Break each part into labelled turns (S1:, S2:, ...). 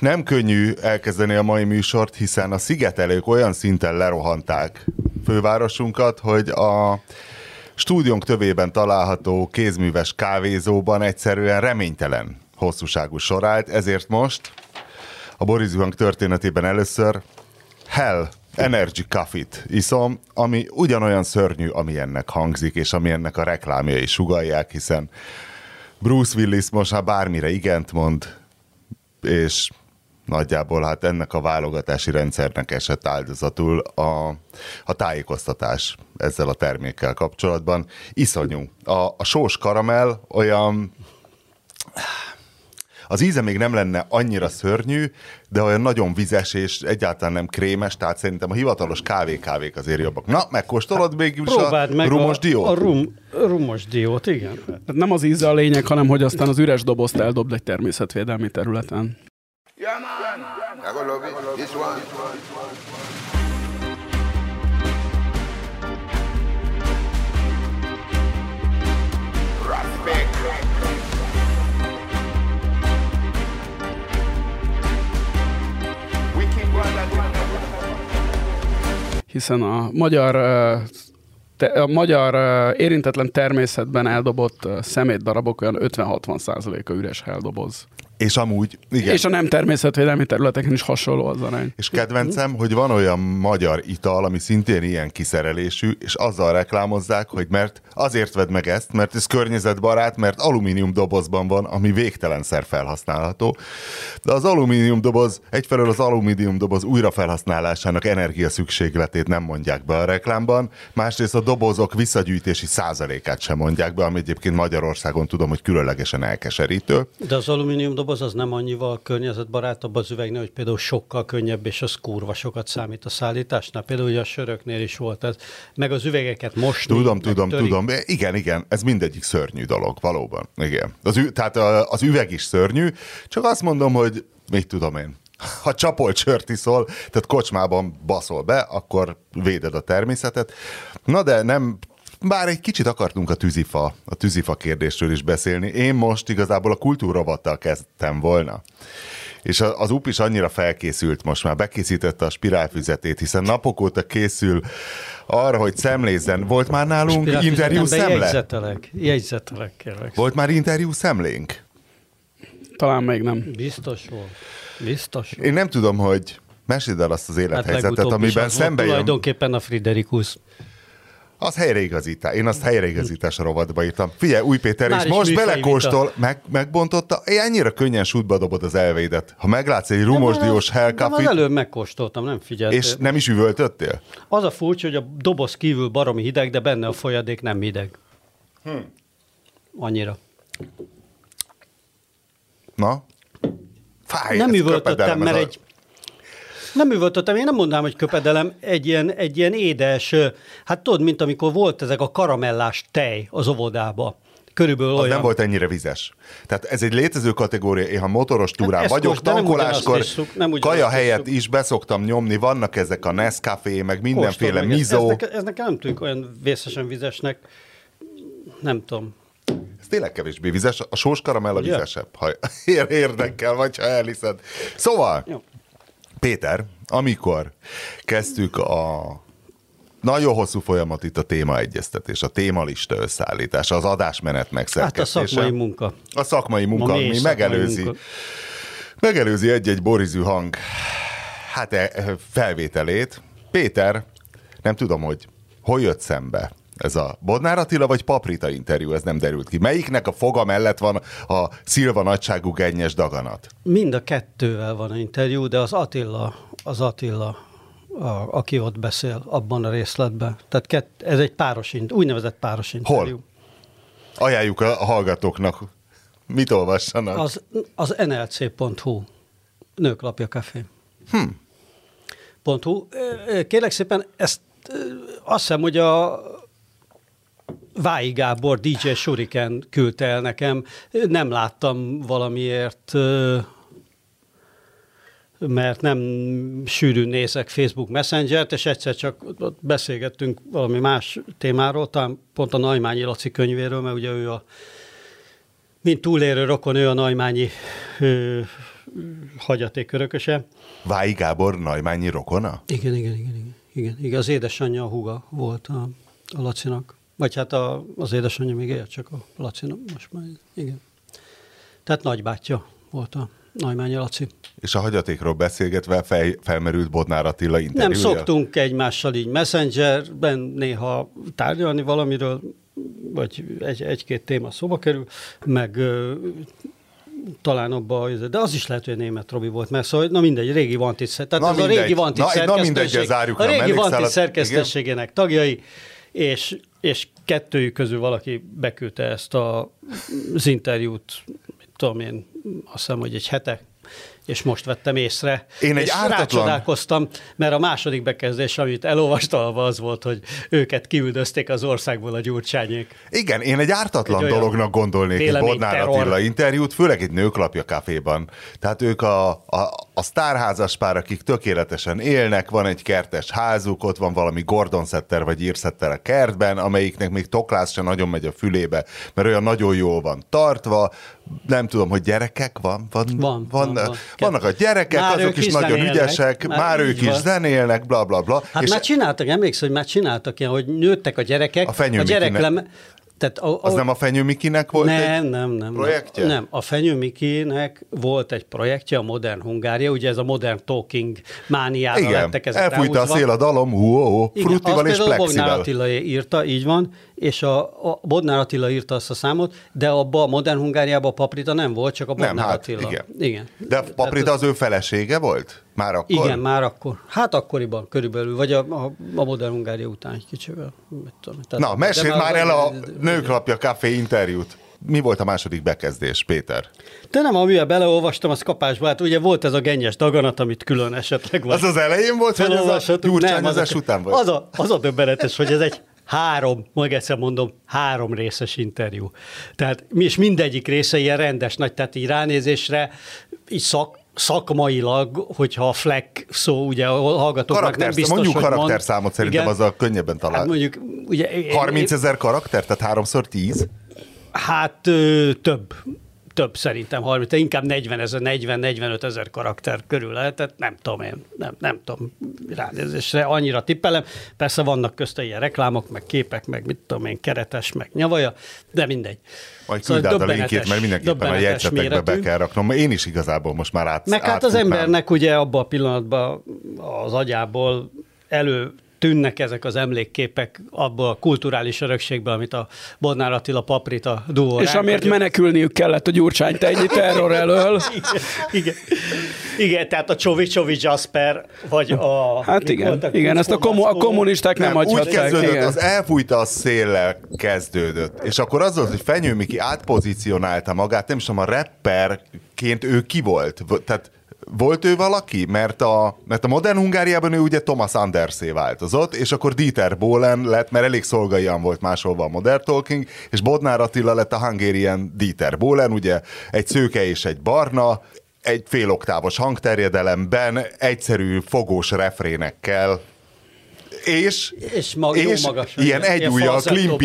S1: Nem könnyű elkezdeni a mai műsort, hiszen a szigetelők olyan szinten lerohanták fővárosunkat, hogy a stúdiónk tövében található kézműves kávézóban egyszerűen reménytelen hosszúságú sor állt, ezért most a Boris Zuhang történetében először Hell Energy Coffee-t iszom, ami ugyanolyan szörnyű, amilyennek hangzik, és amilyennek a reklámjai sugallják, hiszen Bruce Willis most már bármire igent mond, és nagyjából hát ennek a válogatási rendszernek esett áldozatul a tájékoztatás ezzel a termékkel kapcsolatban. Iszonyú. A sós karamell olyan... Az íze még nem lenne annyira szörnyű, de olyan nagyon vizes és egyáltalán nem krémes, tehát szerintem a hivatalos kávék azért jobbak. Na, megkóstolod végül is a rumos diót?
S2: A rumos diót, igen.
S3: Tehát nem az íze a lényeg, hanem hogy aztán az üres dobozt eldobd egy természetvédelmi területen.
S4: Yeah, man. I go love it. This one. Respect.
S3: Hiszen a magyar érintetlen természetben eldobott szemétdarabok olyan 50-60%-a üres helldoboz.
S1: És amúgy, igen.
S3: És a nem természetvédelmi területeken is hasonló az arány.
S1: És kedvencem, hogy van olyan magyar ital, ami szintén ilyen kiszerelésű, és azzal reklámozzák, hogy mert azért vedd meg ezt, mert ez környezetbarát, mert alumínium dobozban van, ami végtelenszer felhasználható. De az alumínium doboz, egyfelől az alumínium doboz újrafelhasználásának energia szükségletét nem mondják be a reklámban, másrészt a dobozok visszagyűjtési százalékát sem mondják be, ami egyébként Magyarországon tudom, hogy különlegesen elkeserítő.
S2: De az alumínium doboz az nem annyival környezetbarátabb az üvegnél, hogy például sokkal könnyebb, és az kurva sokat számít a szállításnál. Például ugye a söröknél is volt ez. Meg az üvegeket mosni.
S1: Tudom. Igen, ez mindegyik szörnyű dolog, valóban. Igen. Tehát az üveg is szörnyű, csak azt mondom, hogy mit tudom én. Ha csapolt sört iszol, tehát kocsmában baszol be, akkor véded a természetet. Na de nem... Bár egy kicsit akartunk a tűzifa kérdésről is beszélni. Én most igazából a kultúrrovattal kezdtem volna. És az UP is annyira felkészült most már, bekészítette a spirálfüzetét, hiszen napok óta készül arra, hogy szemlézzen. Volt már nálunk interjú szemle?
S2: Jegyzetelek, kérlek.
S1: Volt már interjú szemlénk?
S3: Talán még nem.
S2: Biztos volt.
S1: Én nem tudom, hogy meséld el azt az élethelyzetet, amiben szembe jön.
S2: Tulajdonképpen a Friderikus.
S1: Az helyreigazítás. Én azt helyreigazításra rovatba írtam. Figyelj, Új Péter, és most belekóstol, megbontotta, ennyire könnyen sútba dobod az elvédet. Ha meglátsz egy rumosdiós hellkafit...
S2: Előbb megkóstoltam, nem figyeltél.
S1: És nem is üvöltöttél?
S2: Az a furcsa, hogy a doboz kívül baromi hideg, de benne a folyadék nem hideg. Annyira.
S1: Na? Fáj,
S2: nem üvöltöttem, mert Nem üvöltöttem, én nem mondanám, hogy köpedelem, egy ilyen édes, hát tudod, mint amikor volt ezek a karamellás tej az óvodába. Körülbelül olyan.
S1: Nem volt ennyire vizes. Tehát ez egy létező kategória, én ha motoros túrán vagyok, tankoláskor kaja helyett is beszoktam nyomni, vannak ezek a Nescafé, meg mindenféle mizó.
S2: Ez nekem nem tűnik olyan vészesen vizesnek, nem tudom.
S1: Ez tényleg kevésbé vizes, a sós karamell a vizesebb, ha érdekel, vagy ha elhiszed. Szóval... Jó. Péter, amikor kezdtük a nagyon hosszú folyamat itt a témaegyeztetés, a témalista összeállítása, az adásmenet megszerkesztése.
S2: Hát a szakmai munka.
S1: A szakmai munka, ami megelőzi egy-egy Boris Zuhang felvételét. Péter, nem tudom, hogy hol jött szembe ez a Bodnár Attila vagy Paprita interjú, ez nem derült ki. Melyiknek a foga mellett van a Szilva nagyságú gennyes daganat?
S2: Mind a kettővel van interjú, de az Attila, aki ott beszél abban a részletben. Tehát ez egy úgynevezett páros interjú.
S1: Hol? Ajánljuk a hallgatóknak. Mit olvassanak?
S2: Az nlc.hu. Nőklapja Café. .hu. Kérlek szépen, ezt azt hiszem, hogy a Vályi Gábor, DJ Shuriken küldte el nekem. Nem láttam valamiért, mert nem sűrűn nézek Facebook Messenger-t, és egyszer csak beszélgettünk valami más témáról, talán pont a Naimányi Laci könyvéről, mert ugye ő mint túlélő rokon, ő a Naimányi hagyatékörököse.
S1: Vályi Gábor Naimányi rokona?
S2: Igen. Az édesanyja a húga volt a Lacinak. Vagy hát az édesanyja még él, csak a Lacinak most már. Igen. Tehát nagybátyja volt a Naimányi Laci.
S1: És a hagyatékról beszélgetve felmerült Bodnár Attila interjúja?
S2: Nem szoktunk egymással így Messengerben néha tárgyalni valamiről, vagy egy-két téma szóba kerül, meg talán abban, de az is lehet, hogy a német Robi volt, mert szóval, na mindegy, régi Vantis, tehát ez a régi Vantis szerkesztőség, a régi Vantis szerkesztőségének tagjai, és kettőjük közül valaki beküldte ezt az interjút, mit tudom én, azt hiszem, hogy egy hete, és most vettem észre.
S1: Én egy
S2: rácsodálkoztam, mert a második bekezdés, amit elolvastam, az volt, hogy őket kiüldözték az országból a Gyurcsányék.
S1: Igen, én egy ártatlan dolognak gondolnék egy Bodnár Attila interjút, főleg egy nőklapja kávéban. Tehát ők a sztárházas pár, akik tökéletesen élnek, van egy kertes házuk, ott van valami Gordon Setter vagy Ear Setter a kertben, amelyiknek még toklász sem nagyon megy a fülébe, mert olyan nagyon jól van tartva. Nem tudom, hogy gyerekek vannak a gyerekek, már azok is nagyon ügyesek, már ők is zenélnek, bla bla bla.
S2: Hát és már csináltak, emlékszem, hogy már csináltak ilyen, hogy nőttek a gyerekek. A gyereklem...
S1: Az nem a Fenyő Mikinek volt egy projektje?
S2: Nem, a Fenyő Mikinek volt egy projektje, a Modern Hungária, ugye ez a Modern Talking mániára lettek ezek ráhúzva.
S1: Elfújta a szél a dalom, fruttival és plexivel.
S2: Bodnár Attila írta, így van, és a Bodnár Attila írta azt a számot, de abban a Modern Hungáriában a Paprita nem volt, csak a Bodnár Attila.
S1: Igen. De a Paprita az ő felesége volt? Már akkor?
S2: Igen, már akkor. Hát akkoriban körülbelül, vagy a Modern Hungária után egy kicsivel.
S1: Na, mesélj már el a Nőklapja Café interjút. Mi volt a második bekezdés, Péter?
S2: De nem, amivel beleolvastam, az kapásba. Hát ugye volt ez a gennyes daganat, amit külön esetleg
S1: van. Az az elején volt, vagy az a gyurcsányozás után volt?
S2: Az a döbbenetes, hogy ez egy meg egyszer mondom, 3 részes interjú. Tehát és mindegyik része ilyen rendes nagy, tehát így ránézésre, így szakmailag, hogyha a Fleck szó, ugye a hallgatóknak nem biztos,
S1: mondjuk karakterszámot, szerintem azzal könnyebben talál. Hát mondjuk, ugye, 30 000 karakter, tehát 3x10?
S2: Hát több szerintem, 30, de inkább 40-45 ezer karakter körül lehetett, nem tudom én, nem tudom, ránézésre annyira tippelem. Persze vannak közte ilyen reklámok, meg képek, meg mit tudom én, keretes, meg nyavaja, de mindegy.
S1: Majd küld át a linkjét, mert mindenképpen a jegyzetekbe be kell raknom. Én is igazából most már
S2: meg hát az embernek ugye abban a pillanatban az agyából tűnnek ezek az emlékképek abból a kulturális örökségből, amit a Bodnár Attila Paprita duó.
S3: És amiért menekülniük kellett a Gyurcsány Tejnyi terror elől.
S2: Igen, tehát a Csovi Jasper, vagy a...
S3: Hát igen, ezt a kommunisták nem hagyhatták.
S1: Úgy kezdődött, az elfújta a széllel kezdődött. És akkor az volt, hogy Fenyő Miki átpozícionálta magát, nem is tudom, a rapperként ő ki volt? Tehát volt ő valaki? Mert a Modern Hungáriában ő ugye Thomas Andersé változott, és akkor Dieter Bohlen lett, mert elég szolgaian volt máshol a Modern Talking, és Bodnár Attila lett a Hungarian Dieter Bohlen, ugye egy szőke és egy barna, egy féloktávos hangterjedelemben, egyszerű fogós refrénekkel, és ilyen egyújjal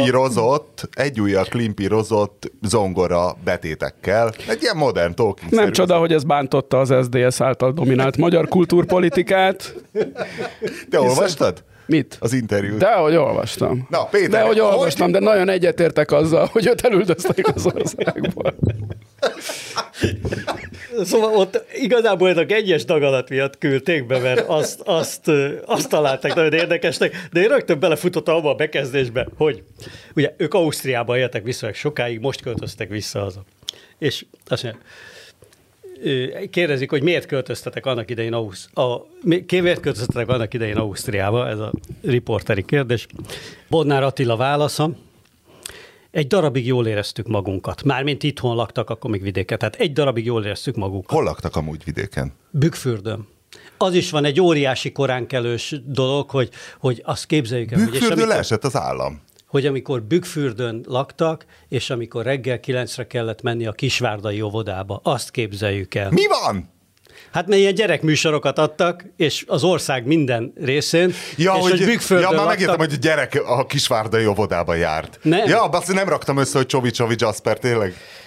S1: klimpírozott zongora betétekkel. Egy ilyen modern talking.
S3: Nem csoda, hogy ez bántotta az SZDSZ által dominált magyar kultúrpolitikát.
S1: Te olvastad?
S3: Mit?
S1: Az interjút.
S3: Dehogy olvastam.
S1: Na, Péter.
S3: Dehogy olvastam, de nagyon egyetértek azzal, hogy őt elüldözték az országból.
S2: Szóval ott igazából ez a gennyes daganat miatt küldték be, mert azt találták nagyon érdekesnek, de én rögtön belefutottam abba a bekezdésbe, hogy ugye ők Ausztriában éltek viszonylag sokáig, most költöztek vissza haza. És azt mondja, kérdezik, hogy miért költöztetek annak idején Ausztriába, ez a riporteri kérdés. Bodnár Attila válasza, egy darabig jól éreztük magunkat. Mármint itthon laktak, akkor még vidéken. Tehát egy darabig jól éreztük magunkat.
S1: Hol laktak amúgy vidéken?
S2: Bükkfürdön. Az is van egy óriási koránkelős dolog, hogy azt képzeljük el.
S1: Bükkfürdön leesett az állam.
S2: Hogy amikor Bükkfürdön laktak, és amikor reggel 9-re kellett menni a Kisvárdai óvodába, azt képzeljük el.
S1: Mi van?
S2: Hát mert ilyen gyerekműsorokat adtak, és az ország minden részén.
S1: Ja,
S2: és
S1: hogy
S2: Bükkfürdön
S1: már
S2: laktak.
S1: megértem, hogy a gyerek a Kisvárdai óvodába járt.
S2: Nem.
S1: Ja, azt nem raktam össze, hogy Csovi Jasper, tényleg.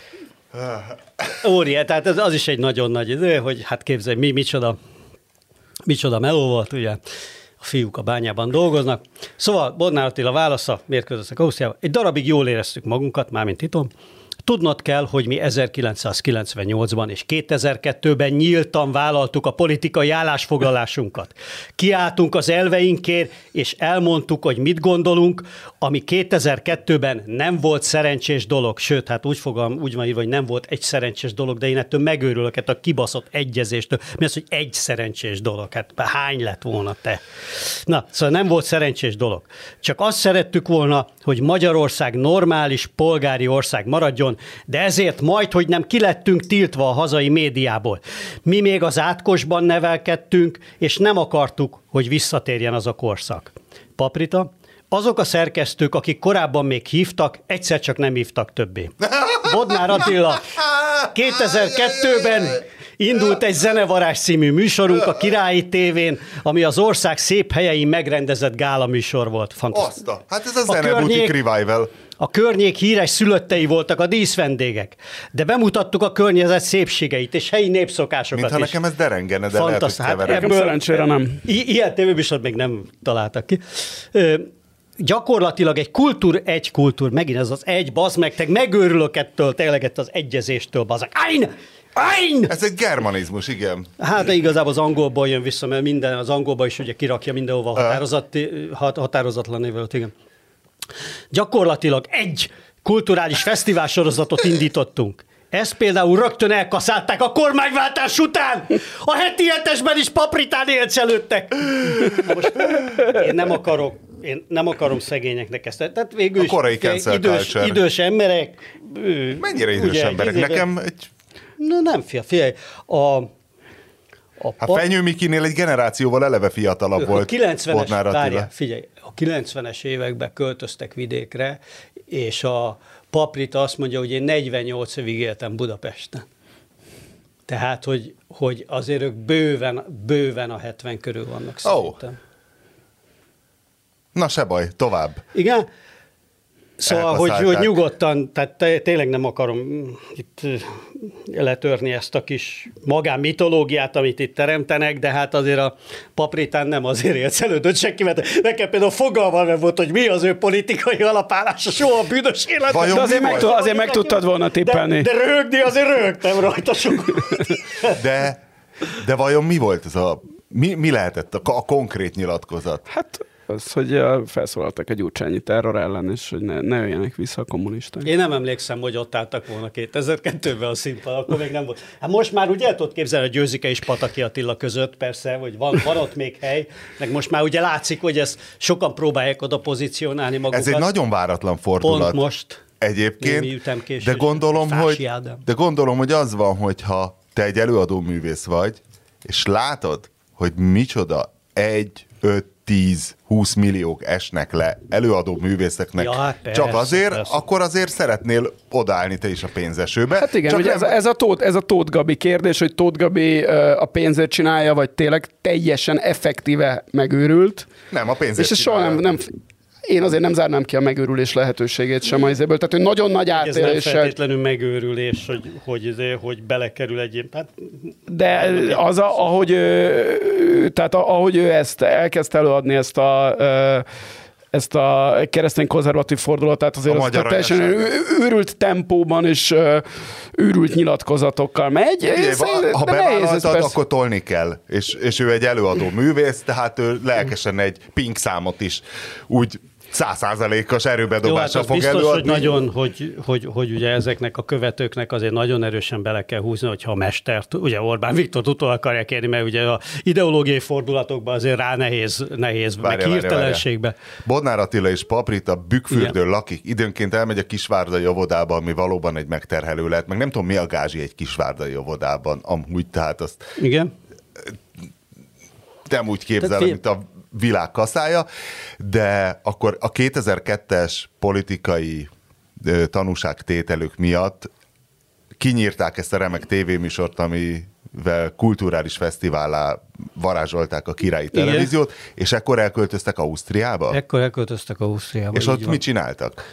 S2: Óriás, tehát az is egy nagyon nagy idő, hogy hát képzelj, micsoda meló volt, ugye, a fiúk a bányában dolgoznak. Szóval Bodnár Attila válasza, miért közöttek Ausztriába? Egy darabig jól éreztük magunkat, mármint titom. Tudnod kell, hogy mi 1998-ban és 2002-ben nyíltan vállaltuk a politikai állásfoglalásunkat. Kiálltunk az elveinkért, és elmondtuk, hogy mit gondolunk, ami 2002-ben nem volt szerencsés dolog. Sőt, hát úgy van írva, hogy nem volt egy szerencsés dolog, de én ettől megőrülök a kibaszott egyezéstől. Mi az, hogy egy szerencsés dolog? Hát hány lett volna te? Na, szóval nem volt szerencsés dolog. Csak azt szerettük volna, hogy Magyarország normális polgári ország maradjon, de ezért majdhogy nem kilettünk tiltva a hazai médiából. Mi még az átkosban nevelkedtünk, és nem akartuk, hogy visszatérjen az a korszak. Paprita, azok a szerkesztők, akik korábban még hívtak, egyszer csak nem hívtak többé. Bodnár Attila, 2002-ben indult egy Zenevarázs című műsorunk a Királyi tévén, ami az ország szép helyein megrendezett gála műsor volt. Fantasztikus.
S1: Hát ez a Zenebutik Revival.
S2: A környék híres szülöttei voltak a díszvendégek, de bemutattuk a környezet szépségeit és helyi népszokásokat is.
S1: Mintha nekem ez derengene, de lehet, hogy keverem.
S3: Ebből szerencsére nem.
S2: Ilyen tévébűsort még nem találtak ki. Gyakorlatilag egy kultúr, megint ez az egy, bazd meg, te megőrülök ettől, tényleg az egyezéstől, bazd meg. Ein!
S1: Ez egy germanizmus, igen.
S2: Hát de igazából az angolból jön vissza, mert minden az angolban is ugye kirakja mindenhova határozatlan névvel, igen. Gyakorlatilag egy kulturális fesztivál sorozatot indítottunk. Ezt például rögtön elkaszálták a kormányváltás után. A heti hetesben is Papritán élcelődtek. Én nem akarom szegényeknek ezt. Tehát végül
S1: a korai cancel culture.
S2: Idős emberek.
S1: Mennyire idős ugye, emberek? Nekem egy...
S2: Nem, figyelj.
S1: Hát Fenyő Mikinél egy generációval eleve fiatalabb volt.
S2: Figyelj, a 90-es években költöztek vidékre, és a Paprita azt mondja, hogy én 48 évig éltem Budapesten. Tehát, hogy azért ők bőven a 70 körül vannak szerintem.
S1: Na se baj, tovább.
S2: Igen? Szóval, hogy nyugodtan, tehát tényleg nem akarom itt letörni ezt a kis magánmitológiát, amit itt teremtenek, de hát azért a Papritán nem azért élcelődött senki, mert nekem például fogalmam nem volt, hogy mi az ő politikai alapállása soha bűnös életben.
S3: De azért meg tudtad volna tippelni.
S2: De rögni azért rögtem rajta sokat.
S1: De vajon mi volt ez mi lehetett a konkrét nyilatkozat?
S3: Hát az, hogy felszólaltak egy gyurcsányi terror ellen, és hogy ne jöjjenek vissza a kommunisták.
S2: Én nem emlékszem, hogy ott álltak volna 2002-ben a színpad, akkor még nem volt. Hát most már ugye el tudod képzelni a Győzike és Pataki Attila között, persze, hogy van ott még hely, meg most már ugye látszik, hogy ezt sokan próbálják oda pozícionálni magukat.
S1: Ez egy nagyon váratlan fordulat.
S2: Pont most.
S1: Egyébként, de gondolom, hogy az van, hogyha te egy előadó művész vagy, és látod, hogy micsoda 1-5-10-20 milliók esnek le előadó művészeknek, ja, hát persze, csak azért, persze. Akkor azért szeretnél odaállni te is a pénzesőbe.
S3: Hát igen, hogy ez a Tóth Gabi kérdés, hogy Tóth Gabi a pénzért csinálja, vagy tényleg teljesen effektíve megőrült.
S1: Nem, a pénzért
S3: és soha nem én azért nem zárnám ki a megőrülés lehetőségét sem az ebből, tehát hogy nagyon nagy átéléssel... Ez
S2: nem feltétlenül megőrülés, hogy belekerül egy ilyen... Hát...
S3: De az, ahogy ő ezt elkezdte előadni, ezt a keresztény konzervatív fordulatát, azért az teljesen őrült tempóban és őrült nyilatkozatokkal megy.
S1: Ha bevállaltad, akkor tolni kell. És ő egy előadó művész, tehát ő lelkesen egy pink számot is úgy 100%-os erőbedobással fog
S2: biztos,
S1: előadni.
S2: Hogy nagyon, hogy ugye ezeknek a követőknek azért nagyon erősen bele kell húzni, hogyha a mestert, ugye Orbán Viktort utol akarják érni, mert ugye a ideológiai fordulatokban azért rá nehéz meg hirtelenségbe.
S1: Bodnár Attila és Paprita Bükkfürdőn lakik, időnként elmegy a kisvárdai óvodába, ami valóban egy megterhelő lehet, meg nem tudom, mi a gázsi egy kisvárdai óvodában, amúgy, tehát azt...
S2: Igen.
S1: Nem úgy képzelem, mint a világ kaszája, de akkor a 2002-es politikai tanúságtételük miatt kinyírták ezt a remek tévéműsort, amivel kulturális fesztivállá varázsolták a Királyi Televíziót, és ekkor elköltöztek Ausztriába?
S2: Ekkor elköltöztek Ausztriába.
S1: És ott mit csináltak?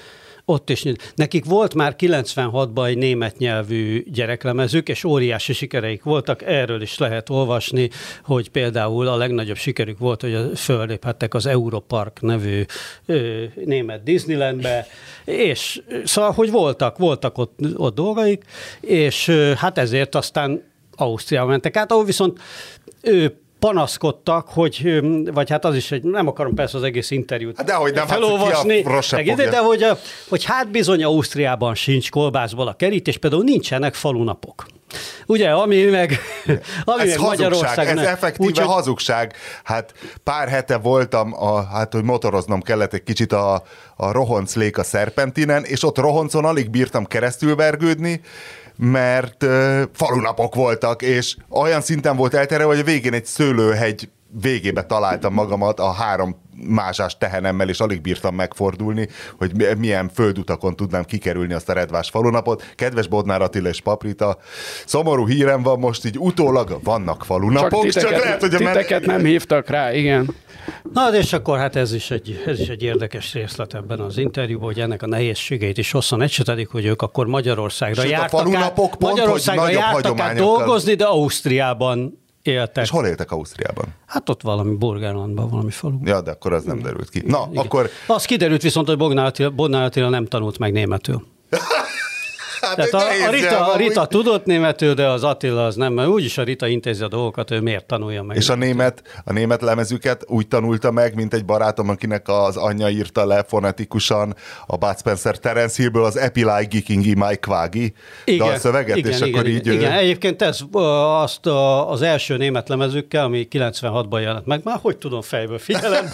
S2: Ott is. Nekik volt már 96-ban egy német nyelvű gyereklemezük, és óriási sikereik voltak. Erről is lehet olvasni, hogy például a legnagyobb sikerük volt, hogy fölléphettek az Europark nevű német Disneylandbe, és szóval, hogy voltak ott dolgaik, és hát ezért aztán Ausztriába mentek át, ahol viszont panaszkodtak, vagy hát az is, nem akarom persze az egész interjút
S1: dehogy nem,
S2: felolvasni, de hogy hát bizony Ausztriában sincs kolbászból a kerítés, például nincsenek falunapok. Ugye, ami meg Magyarországon...
S1: Ez effektíve hazugság. Hát pár hete voltam, hogy motoroznom kellett egy kicsit a Rohonclék a Szerpentinen, és ott Rohoncon alig bírtam keresztülvergődni, mert falunapok voltak, és olyan szinten volt elterelve, hogy a végén egy szőlőhegy végébe találtam magamat a 3 mázsás tehenemmel, és alig bírtam megfordulni, hogy milyen földutakon tudnám kikerülni azt a redvás falunapot. Kedves Bodnár Attila és Paprita, szomorú hírem van most, így utólag vannak falunapok, csak lehet, hogy
S3: titeket nem hívtak rá, igen.
S2: Na, és akkor hát ez is egy érdekes részlet ebben az interjúban, hogy ennek a nehézségeit is hosszan ecsetelik, hogy ők akkor Magyarországra jártak át dolgozni, de Ausztriában éltek.
S1: És hol éltek Ausztriában?
S2: Hát ott valami Burgenlandban, valami falu.
S1: Ja, de akkor az nem derült ki. Na,
S2: igen.
S1: akkor...
S2: Az kiderült viszont, hogy Bodnár Attila nem tanult meg németül. Tehát a Rita tudott németül, de az Attila az nem, mert úgyis a Rita intézi a dolgokat, ő miért tanulja meg.
S1: És a német lemezüket úgy tanulta meg, mint egy barátom, akinek az anyja írta le fonetikusan a Bud Spencer Terence Hillből az Epilai Gikingi Mike Quagi dalszöveget, és akkor így...
S2: Igen, egyébként ez az első német lemezükkel, ami 96-ban jelent meg, már hogy tudom fejből figyelem,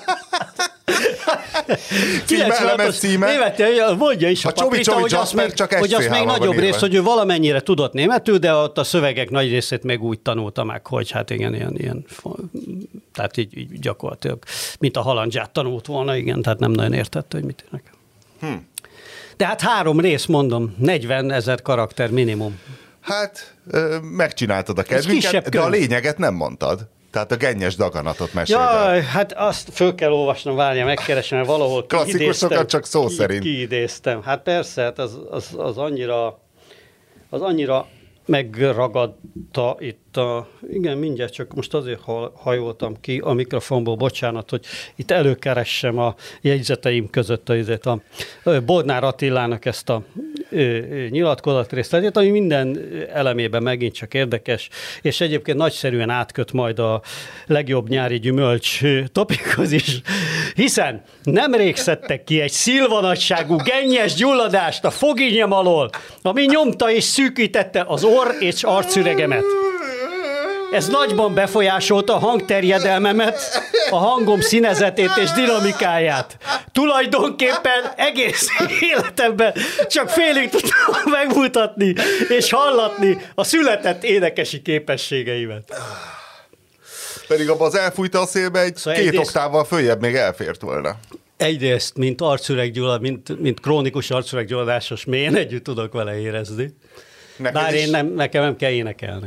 S1: lemez címe.
S2: Mondja is a Paprita, hogy azt még nagyobb rész, hogy ő valamennyire tudott németül, de ott a szövegek nagy részét még úgy tanulta meg, hogy hát igen, ilyen tehát így gyakorlatilag, mint a halandzsát tanult volna, igen, tehát nem nagyon értette, hogy mit írnak. De hát 3 rész, mondom, 40 000 karakter minimum.
S1: Hát megcsináltad a kedvünket, de a lényeget nem mondtad. Tehát a gennyes daganatot mesélj.
S2: Jaj, hát azt föl kell olvasnom, várja, megkeresem, mert valahol
S1: klasszikusokat csak szó szerint.
S2: Kiidéztem. Hát persze, hát az annyira megragadta itt igen, mindjárt csak most azért hajoltam ki a mikrofonból, bocsánat, hogy itt előkeressem a jegyzeteim között a Bodnár Attilának ezt a nyilatkozatrészletét, ami minden elemében megint csak érdekes, és egyébként nagyszerűen átköt majd a legjobb nyári gyümölcs topikhoz is, hiszen nemrég szedtek ki egy szilvanagyságú gennyes gyulladást a foginnyom alól, ami nyomta és szűkítette az orr és arcüregemet. Ez nagyban befolyásolta a hangterjedelmemet, a hangom színezetét és dinamikáját. Tulajdonképpen egész életemben csak félig tudtam megmutatni és hallatni a született énekesi képességeimet.
S1: Pedig abban az elfújta a szélbe egy szóval 2 oktávval följebb még elfért volna.
S2: Egyrészt, mint mint krónikus arcüreggyulladásos mélyen együtt tudok vele érezni. Bár nekem nem kell énekelni.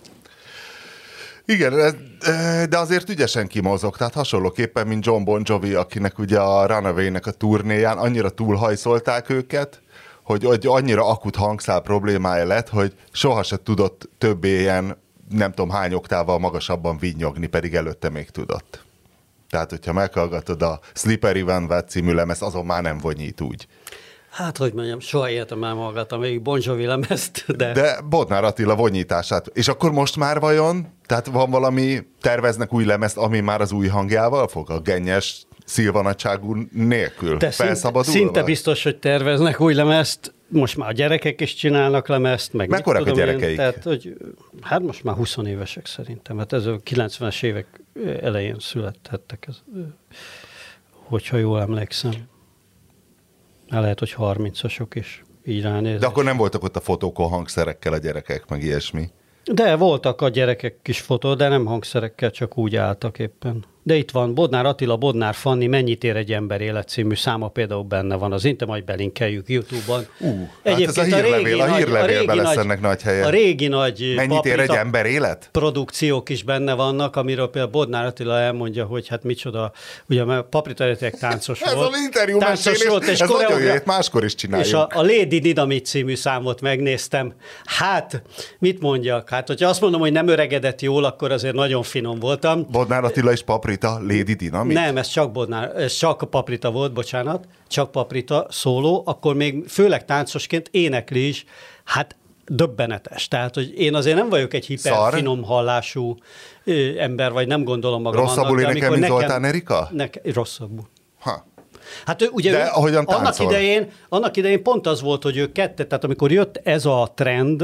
S1: Igen, de azért ügyesen kimozog, tehát hasonlóképpen, mint John Bon Jovi, akinek ugye a Runaway-nek a turnéján annyira túlhajszolták őket, hogy annyira akut hangszál problémája lett, hogy soha se tudott többé ilyen, nem tudom hány oktával magasabban vinnyogni, pedig előtte még tudott. Tehát, hogyha meghallgatod a Slippery When Wet című lemez, azon már nem vonyít úgy.
S2: Hát, hogy mondjam, soha életem nem hallgattam még Bon Jovi lemezt, de...
S1: De Bodnár Attila vonyítását. És akkor most már vajon? Tehát van valami, terveznek új lemezt, ami már az új hangjával fog? A gennyes szilvanagyságú nélkül felszabadulva?
S2: Szinte biztos, hogy terveznek új lemezt. Most már a gyerekek is csinálnak lemezt.
S1: Mekkorák a gyerekeik?
S2: Tehát, hát most már 20 évesek szerintem. Hát ez a 90-es évek elején születhettek, hogyha jól emlékszem. Lehet, hogy 30-asok is így ránéznek.
S1: De akkor nem voltak ott a fotókon hangszerekkel a gyerekek, meg ilyesmi?
S2: De voltak a gyerekek kis fotó, de nem hangszerekkel, csak úgy álltak éppen. De itt van Bodnár Attila, Bodnár Fanni, Mennyit ér egy ember élet című száma például benne van az majd belinkeljük YouTube-on.
S1: Hát ez a hírlevélben lesz ennek nagy helye.
S2: A régi nagy
S1: Mennyit ér egy ember élet?
S2: Produkciók is benne vannak, amiről például Bodnár Attila elmondja, hogy hát micsoda, ugye mert Paprita Retek táncos volt.
S1: Ez az interjú mesélés, ez nagyon jó, máskor is csináljuk.
S2: És a Lady Dynamite című számot megnéztem. Hát, mit mondjak? Hát, hogyha azt mondom, hogy nem öregedett jól, akkor azért nagyon finom voltam.
S1: Bodnár Attila és Paprita, Lady Dynamite?
S2: Nem, ez csak Paprita volt, bocsánat, csak Paprita szóló, akkor még főleg táncosként énekli is, hát döbbenetes. Tehát, hogy én azért nem vagyok egy hiperfinom hallású ember, vagy nem gondolom magam
S1: rosszabbul
S2: annak.
S1: Rosszabbul énekel, mint Zoltán Erika?
S2: Rosszabbul.
S1: Ha.
S2: Hát ugye
S1: de ahogyan táncol.
S2: Annak idején pont az volt, hogy ők kettő, tehát amikor jött ez a trend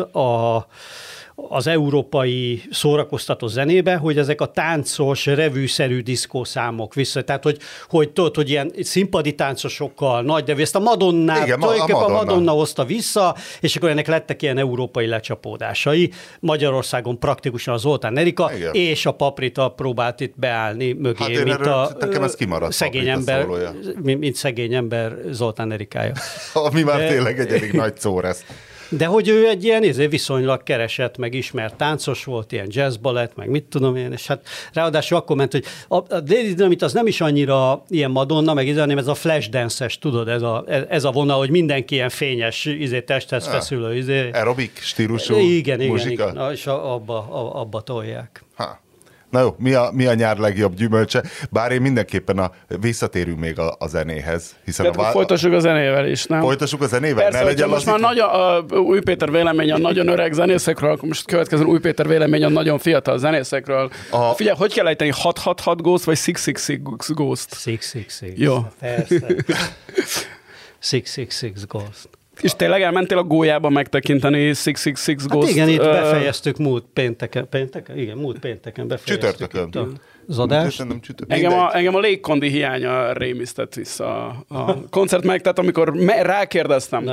S2: az európai szórakoztató zenébe, hogy ezek a táncos, revűszerű diszkószámok vissza. Tehát, hogy tudod, hogy ilyen színpadi táncosokkal, nagy devű, ezt a Madonnát, a Madonna hozta vissza, és akkor ennek lettek ilyen európai lecsapódásai. Magyarországon praktikusan a Zoltán Erika, és a Paprita próbált itt beállni mögé,
S1: hát
S2: mint a
S1: szegény ember,
S2: mint szegény ember Zoltán Erikája.
S1: Ami már tényleg egy elég nagy szó lesz.
S2: De hogy ő egy ilyen viszonylag keresett, meg ismert táncos volt, ilyen jazzbalett, meg mit tudom én, és hát ráadásul akkor ment, hogy a Lady Dynamite az nem is annyira ilyen Madonna, meg hanem ez a flash dance-es, tudod, ez a vonal, hogy mindenki ilyen fényes, testhez feszülő.
S1: Aerobik stílusú muzsika.
S2: Igen. Na, és abba tolják.
S1: Na jó, mi a nyár legjobb gyümölcse? Bár én mindenképpen visszatérünk még a zenéhez. Hiszen
S3: folytassuk a zenével is, nem?
S1: Folytassuk a zenével?
S3: Persze, ne legyen most már Új Péter vélemény a nagyon öreg zenészekről, akkor most következő Új Péter vélemény a nagyon fiatal zenészekről. Figyelj, hogy kell ejteni? 666 Ghost vagy 666 Ghost?
S2: 666.
S3: Jó.
S2: Persze. 666 Ghost.
S3: És tényleg elmentél a gólyába megtekinteni 666 Ghost?
S2: Hát igen, itt befejeztük múlt pénteken befejeztük.
S1: Csütörtökön.
S2: Az adást.
S3: Engem a légkondi hiánya rémisztett vissza a koncert meg, tehát amikor rákérdeztem,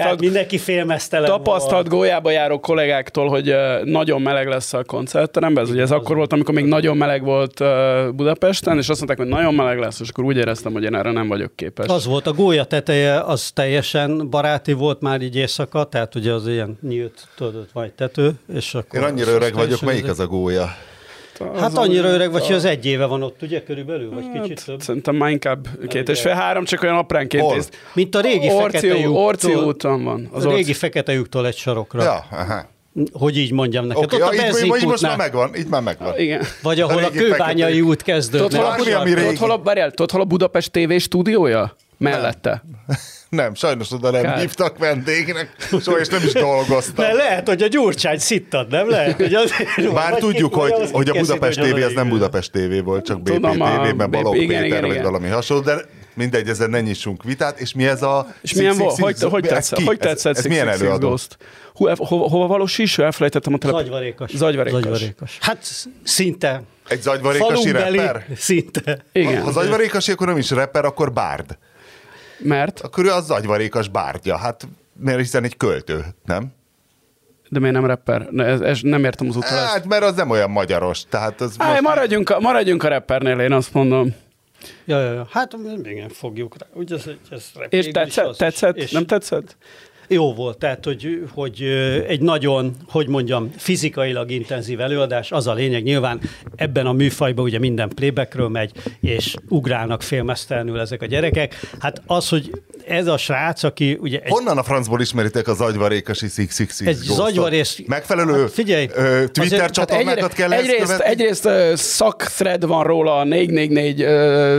S3: tapasztalt gólyába járó kollégáktól, hogy nagyon meleg lesz a koncertteremben, ez ugye ez akkor volt, amikor még nagyon meleg volt Budapesten, és azt mondták, hogy nagyon meleg lesz, és akkor úgy éreztem, hogy én erre nem vagyok képes.
S2: Az volt, a gólya teteje, az teljesen baráti volt már így éjszaka, tehát ugye az ilyen nyílt, tudod, vagy tető, és akkor...
S1: Én annyira öreg vagyok, melyik az a gólya?
S2: Hát annyira öreg vagy, hogy az 1 éve van ott, ugye, körülbelül, vagy kicsit több?
S3: Szerintem már inkább 2,5-3, csak olyan apránként.
S2: Mint a régi Fekete lyuktól.
S3: Orció úton van.
S2: A régi Fekete lyuktól egy sarokra.
S1: Ja, aha.
S2: Hogy így mondjam neked.
S1: Okay, ott a most már megvan, itt már megvan.
S3: Igen.
S2: Vagy ahol a Kőbányai út kezdődik.
S3: Tudod, hol a Budapest TV stúdiója? Mellette.
S1: Nem, sajnos oda nem hívtak vendégnek, soha és nem is dolgoztam.
S2: De lehet, hogy a Gyurcsány szittad, nem lehet? Hogy
S1: bár tudjuk, hogy a Budapest TV az nem Budapest TV volt, csak BPTV-ben Balogh Péter vagy valami hasonló, de mindegy, ezen ne nyissunk vitát, és mi ez a...
S3: És milyen volt? Hogy tetszett?
S1: Ez milyen előadó?
S3: Hova való síső? Elfelejtettem a
S2: Zagyvarékas. Hát szinte.
S1: Egy zagyvarékasi rapper?
S2: Szinte.
S1: Igen. Ha zagyvarékasi, akkor nem is rapper, akkor bárd.
S3: Mert?
S1: Akkor ő az zagyvarékas bárdja. Hát, mert hiszen egy költő, nem?
S3: De miért nem rapper? Ez nem értem az utalást.
S1: Hát, mert az nem olyan magyaros. Tehát az
S3: maradjunk a rappernél, én azt mondom.
S2: Ja. Hát, igen, fogjuk rá. Úgy,
S3: és tetszett? Nem tetszett?
S2: Jó volt, tehát, hogy egy nagyon, hogy mondjam, fizikailag intenzív előadás, az a lényeg, nyilván ebben a műfajban ugye minden playbackről megy, és ugrálnak félmeztelenül ezek a gyerekek. Hát az, hogy ez a srác, aki ugye...
S1: Honnan a francból ismeritek a zagyvarékasi 666
S2: Egy zagyvarész...
S1: Megfelelő hát figyelj, Twitter csatornákat kell ezt
S3: egyrészt szakthread van róla a 444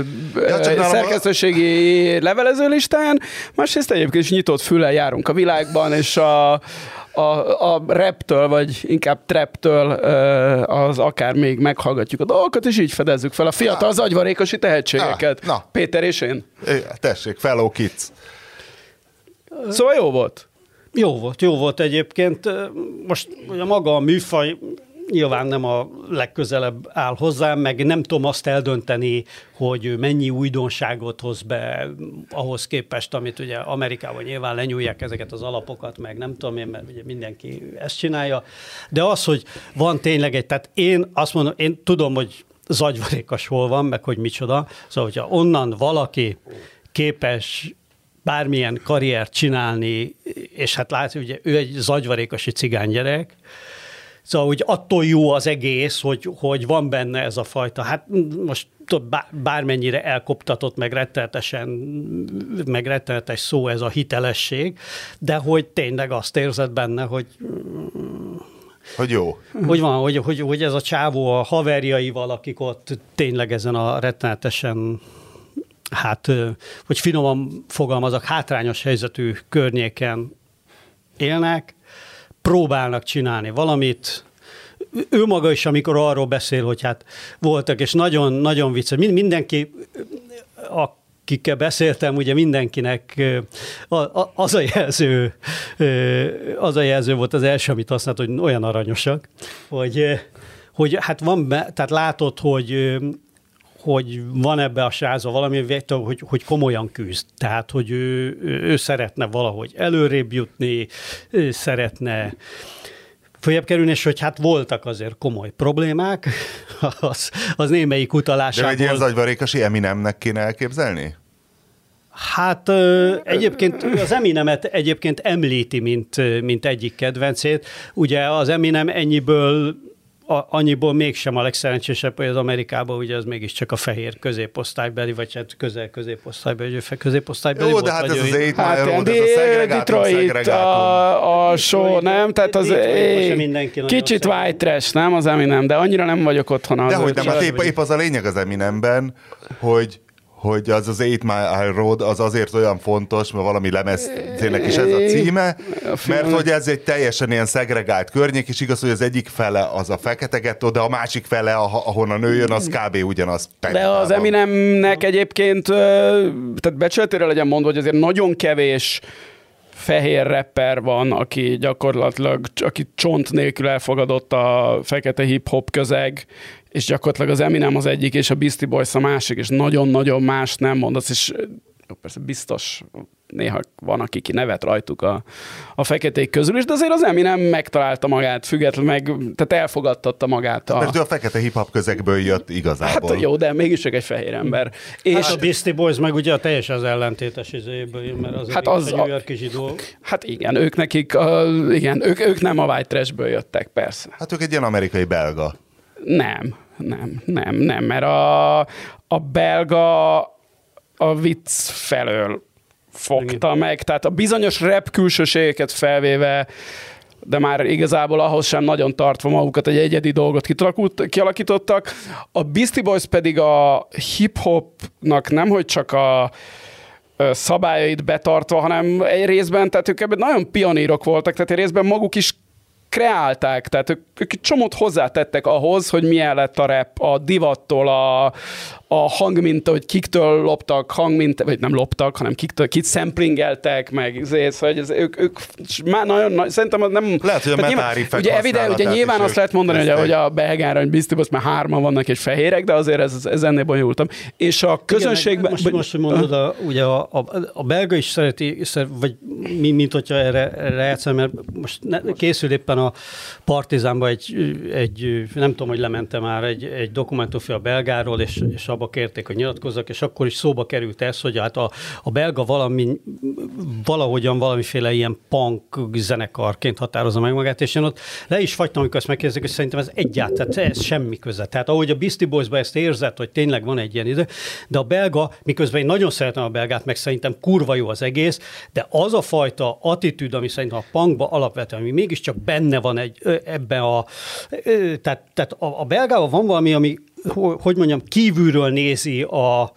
S3: szerkesztőségi levelezőlistán, másrészt egyébként is nyitott füllel járunk a világban, és a raptől, vagy inkább traptől az akár még meghallgatjuk a dolgokat, és így fedezzük fel a fiatal zagyvarékosi tehetségeket. Péter és én.
S1: Tessék, fellow kids.
S3: Szóval jó volt.
S2: Jó volt egyébként. Most ugye maga a műfaj nyilván nem a legközelebb áll hozzám, meg nem tudom azt eldönteni, hogy mennyi újdonságot hoz be ahhoz képest, amit ugye Amerikában nyilván lenyúlják ezeket az alapokat, meg nem tudom én, mert ugye mindenki ezt csinálja. De az, hogy van tényleg tehát én azt mondom, én tudom, hogy zagyvarékas hol van, meg hogy micsoda. Szóval, hogyha onnan valaki képes bármilyen karriert csinálni, és hát látja, ugye ő egy zagyvarékasi cigánygyerek, szóval úgy attól jó az egész, hogy van benne ez a fajta, hát most bármennyire elkoptatott, meg rettenetes szó ez a hitelesség, de hogy tényleg azt érzed benne, hogy
S1: jó.
S2: Hogy van, hogy ez a csávó a haverjaival, akik ott tényleg ezen a rettenetesen, hát, hogy finoman fogalmazok, hátrányos helyzetű környéken élnek, próbálnak csinálni valamit. Ő maga is, amikor arról beszél, hogy hát voltak, és nagyon vicces. Mindenki, akikkel beszéltem, ugye mindenkinek az a jelző volt az első, amit használt, hogy olyan aranyosak, hogy hát van, tehát látod, hogy van ebbe a srácban valami, hogy komolyan küzd. Tehát, hogy ő szeretne valahogy előrébb jutni, szeretne följebb kerülni, és hogy hát voltak azért komoly problémák, az némelyik utalásából.
S1: De egy ilyen zagyvarékasi Eminemnek kéne elképzelni?
S2: Hát egyébként az Eminemet egyébként említi, mint egyik kedvencét. Ugye az Eminem annyiból mégsem a legszerencsésebb, hogy az Amerikában ugye az mégiscsak a fehér középosztálybeli, vagy hát közel középosztálybeli, középosztálybeli.
S1: Jó, de hát ez az 8
S3: hát
S1: Mile Road, ez a
S3: Detroit a show, nem? Tehát az kicsit white trash, nem az Eminem, de annyira nem vagyok otthon az.
S1: Dehogy nem, hát épp az a lényeg az Eminemben, hogy az 8 Mile Road az azért olyan fontos, mert valami lemezének is ez a címe, mert hogy ez egy teljesen ilyen szegregált környék, és igaz, hogy az egyik fele az a fekete gettó, de a másik fele, ahonnan ő jön, az kb. Ugyanaz.
S3: De az Eminemnek egyébként, tehát becsületére legyen mondva, hogy azért nagyon kevés fehér rapper van, aki gyakorlatilag, aki csont nélkül elfogadott a fekete hip-hop közeg, és gyakorlatilag az Eminem az egyik, és a Beastie Boys a másik, és nagyon-nagyon más nem mondasz, és persze biztos néha van, aki nevet rajtuk a feketék közül is, de azért az Eminem megtalálta magát, függetlenül tehát elfogadtatta magát.
S1: Mert ő a fekete hip-hop közegből jött igazából.
S3: Hát jó, de mégis csak egy fehér ember.
S2: És a Beastie Boys meg ugye teljesen az ellentétes izéből, mert azért hát az egy New York-i zsidó.
S3: Hát igen, ők nekik, ők nem a white trashből jöttek, persze.
S1: Hát ők egy ilyen amerikai belga.
S3: Nem, mert a belga a vicc felől fogta meg, tehát a bizonyos rap külsőségeket felvéve, de már igazából ahhoz sem nagyon tartva magukat, egy egyedi dolgot kialakítottak. A Beastie Boys pedig a hip-hopnak nemhogy csak a szabályait betartva, hanem egy részben, tehát ők ebben nagyon pionírok voltak, tehát egy részben maguk is kreálták, tehát ők csomót hozzátettek ahhoz, hogy milyen lett a rap, a divattól, a hangminta, hogy kiktől loptak hangminta, vagy nem loptak, hanem kit szemplingeltek, meg szóval ők már nagyon, szerintem nem...
S1: Lehet, hogy a metárifek
S3: ugye nyilván azt lehet mondani, hogy a belgára, hogy Beastie Boys már 3 vannak és fehérek, de azért ez ennél bonyolultam. És a közönségben...
S2: Igen, most hogy mondod, ugye a belga is szereti, vagy mint hogyha erre játszani, mert most készül éppen a Partizánba egy nem tudom, hogy lementem már egy dokumentumfilm a belgáról, és abba kérték, hogy nyilatkozzak, és akkor is szóba került ez, hogy hát a belga valahogyan valamiféle ilyen punk zenekarként határozza meg magát, és én ott le is fagytam, amikor ezt megkérdezik, és szerintem ez egyáltalán, ez semmi köze. Tehát ahogy a Beastie Boysban ezt érzett, hogy tényleg van egy ilyen idő, de a belga, miközben én nagyon szeretem a belgát, meg szerintem kurva jó az egész, de az a fajta attitűd, ami szerintem a punkban alapvetően, ami mégiscsak benne van ebben tehát a belgában van valami, ami, hogy mondjam, kívülről nézi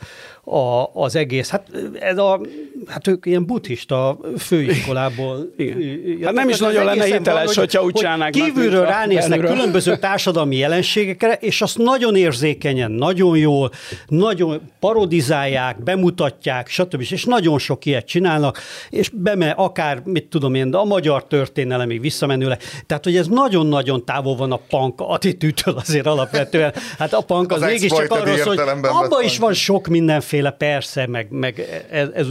S2: az egész. Hát ők ilyen buddhista főiskolából.
S3: Hát nem is nagyon lenne hiteles, hogyha úgy csinálnák.
S2: Kívülről ránéznek különböző társadalmi jelenségekre, és azt nagyon érzékenyen, nagyon jól, nagyon parodizálják, bemutatják, stb. És nagyon sok ilyet csinálnak, és akár, mit tudom én, de a magyar történelemig visszamenőleg. Tehát, hogy ez nagyon-nagyon távol van a punk attitűdtől azért alapvetően. Hát a punk az mégiscsak arról szól, hogy abban is van sok mindenféle, persze, meg ez ugye a világ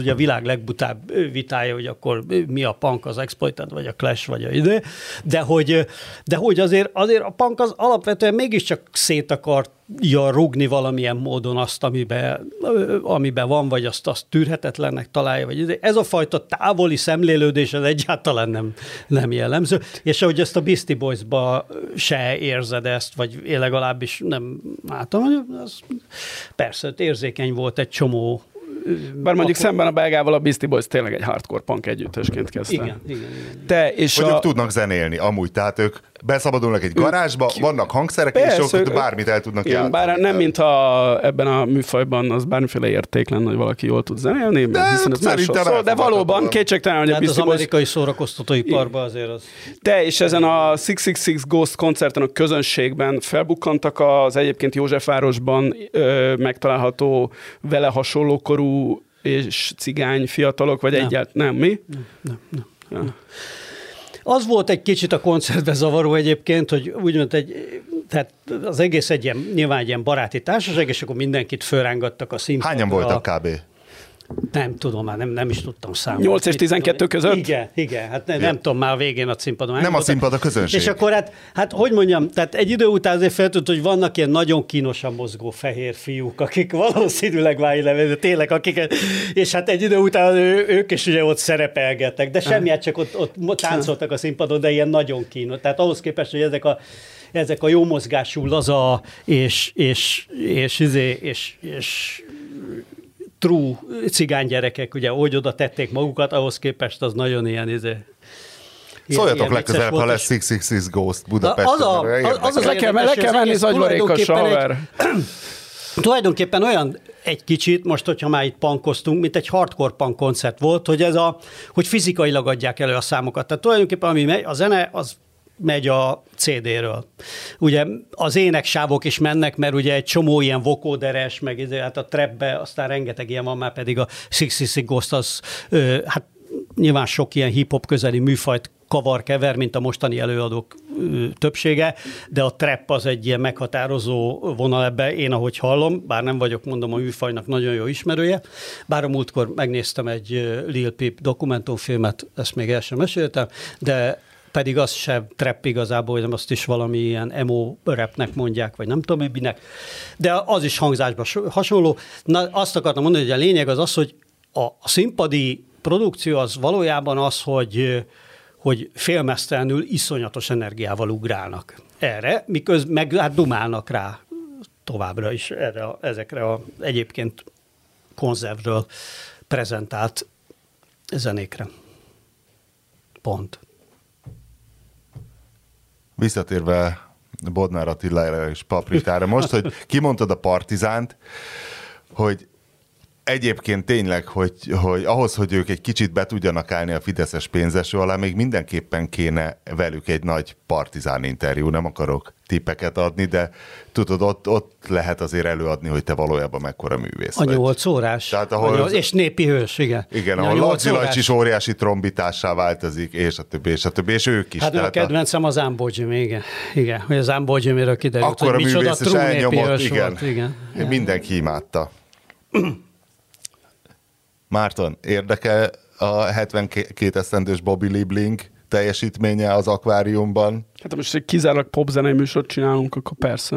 S2: legbutább vitája, hogy akkor mi a punk, az Exploited, vagy a Clash, vagy a ide, de hogy azért a punk az alapvetően mégiscsak szét akarja rúgni valamilyen módon azt, amiben van, vagy azt tűrhetetlennek találja, vagy ide. Ez a fajta távoli szemlélődés az egyáltalán nem jellemző, és ahogy ezt a Beastie Boys-ba se érzed ezt, vagy én legalábbis nem látom, az persze érzékeny volt egy csomó.
S3: Bár mondjuk szemben a belgával a Beastie Boys tényleg egy hardcore punk együttesként kezdte.
S2: Igen.
S3: Te és
S1: ők tudnak zenélni, amúgy, tehát ők beszabadulnak egy garázsba, vannak hangszerek, persze, és ők bármit el tudnak játszani.
S3: Bár nem, mintha ebben a műfajban az bármiféle érték lenne, hogy valaki jól tud zenélni, hiszen ez másról szól, de valóban kétségtelen, hogy a Beastie Boys...
S2: az amerikai szórakoztatóiparban azért az...
S3: Te és ezen a 666 Ghost koncerten a közönségben felbukkantak az egyébként Józsefvárosban megtalálható vele hasonló korú és cigány fiatalok, vagy egyáltalán nem, mi?
S2: Nem. Az volt egy kicsit a koncertben zavaró egyébként, hogy úgymond tehát az egész nyilván egy ilyen baráti társaság, és akkor mindenkit fölrángattak a színpadra.
S1: Hányan voltak kb.?
S2: Nem tudom, már nem is tudtam számolni.
S3: 8 és 12 között?
S2: Igen, hát nem tudom, már a végén a színpadon.
S1: Nem a színpad, a közönség.
S2: És akkor hát hogy mondjam, tehát egy idő után azért feltűnt, hogy vannak ilyen nagyon kínosan mozgó fehér fiúk, akik valószínűleg de tényleg, és hát egy idő után ők is ugye ott szerepelgettek, de semmiért csak ott táncoltak a színpadon, de ilyen nagyon kínos. Tehát ahhoz képest, hogy ezek a jó mozgású, laza és true cigánygyerekek, ugye, hogy oda tették magukat, ahhoz képest az nagyon ilyen
S1: Szóljatok legközelebb, ha lesz 666 Ghost Budapesten.
S3: Az le kell menni zagyvarékossal, haver.
S2: Tulajdonképpen olyan egy kicsit, most, hogyha már itt punkoztunk, mint egy hardcore punk koncert volt, hogy fizikailag adják elő a számokat. Tehát tulajdonképpen ami megy, a zene, az megy a CD-ről. Ugye az éneksávok is mennek, mert ugye egy csomó ilyen vokóderes, meg hát a trapbe, aztán rengeteg ilyen van, már pedig a 666 Ghost az, hát nyilván sok ilyen hip-hop közeli műfajt kever, mint a mostani előadók többsége, de a trap az egy ilyen meghatározó vonal ebbe, én ahogy hallom, bár nem vagyok, mondom, a műfajnak nagyon jó ismerője, bár a múltkor megnéztem egy Lil Peep dokumentumfilmet, ezt még el sem meséltem, de pedig az sem trap igazából, hogy azt is valami ilyen emo rapnek mondják, vagy nem tudom minek, de az is hangzásban hasonló. Na, azt akartam mondani, hogy a lényeg az, hogy a színpadi produkció az valójában az, hogy félmeztelenül iszonyatos energiával ugrálnak erre, miközben meg hát dumálnak rá továbbra is ezekre a egyébként konzervről prezentált zenékre. Pont.
S1: Visszatérve Bodnár Attilára és Paprikára, most, hogy kimondtad a Partizánt, hogy egyébként tényleg, hogy ahhoz, hogy ők egy kicsit be tudjanak állni a fideszes pénzeső alá, még mindenképpen kéne velük egy nagy Partizán interjú, nem akarok tippeket adni, de tudod, ott lehet azért előadni, hogy te valójában mekkora művész
S2: vagy. A 8 órás.
S1: Tehát,
S2: és népi hős, igen.
S1: Igen, ahol Laci Lajcs is óriási trombitássá változik, és a többi, és ők is.
S2: Hát a kedvencem az Ambo Jimmy, igen. Hogy az Ambo Jimmyről kiderült,
S1: akkor
S2: hogy micsoda true népi hős
S1: igen.
S2: volt. Igen.
S1: Mindenki imádta. Márton, érdekel a 72 esztendős Bobby Liebling teljesítménye az akváriumban?
S3: Hát most egy kizárólag popzenei műsort csinálunk, akkor persze.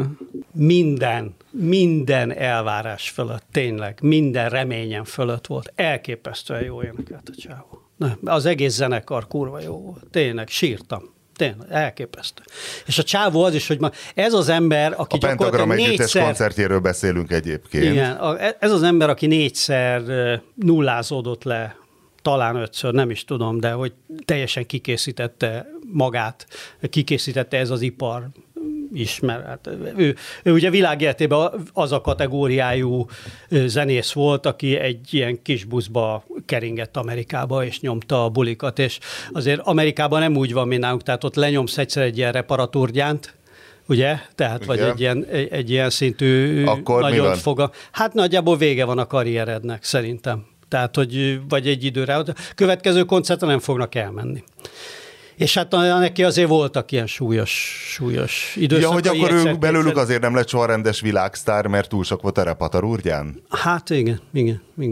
S2: Minden elvárás fölött, tényleg, minden reményem fölött volt. Elképesztően jó énekelt a csávó. Az egész zenekar kurva jó volt. Tényleg, sírtam. Tényleg, elképesztő. És a csávó az is, hogy ez az ember, aki
S1: a Pentagram együttes koncertjéről beszélünk egyébként.
S2: Igen, ez az ember, aki 4-szer nullázódott le, talán 5-ször, nem is tudom, de hogy teljesen kikészítette magát, kikészítette ez az ipar is, mert hát ő ugye világéletében az a kategóriájú zenész volt, aki egy ilyen kis buszba keringett Amerikába, és nyomta a bulikat, és azért Amerikában nem úgy van, mint nálunk, tehát ott lenyomsz egyszer egy ilyen reparaturgyánt, ugye? Tehát vagy egy ilyen szintű
S1: akkor
S2: nagyon hát nagyjából vége van a karrierednek, szerintem. Tehát, hogy vagy egy időre, a következő koncertre nem fognak elmenni. És hát neki azért voltak ilyen súlyos időszakai.
S1: Ja, hogy akkor ő belőlük azért nem lett soha rendes világsztár, mert túl sok volt a repatarúrgyán?
S2: Hát igen.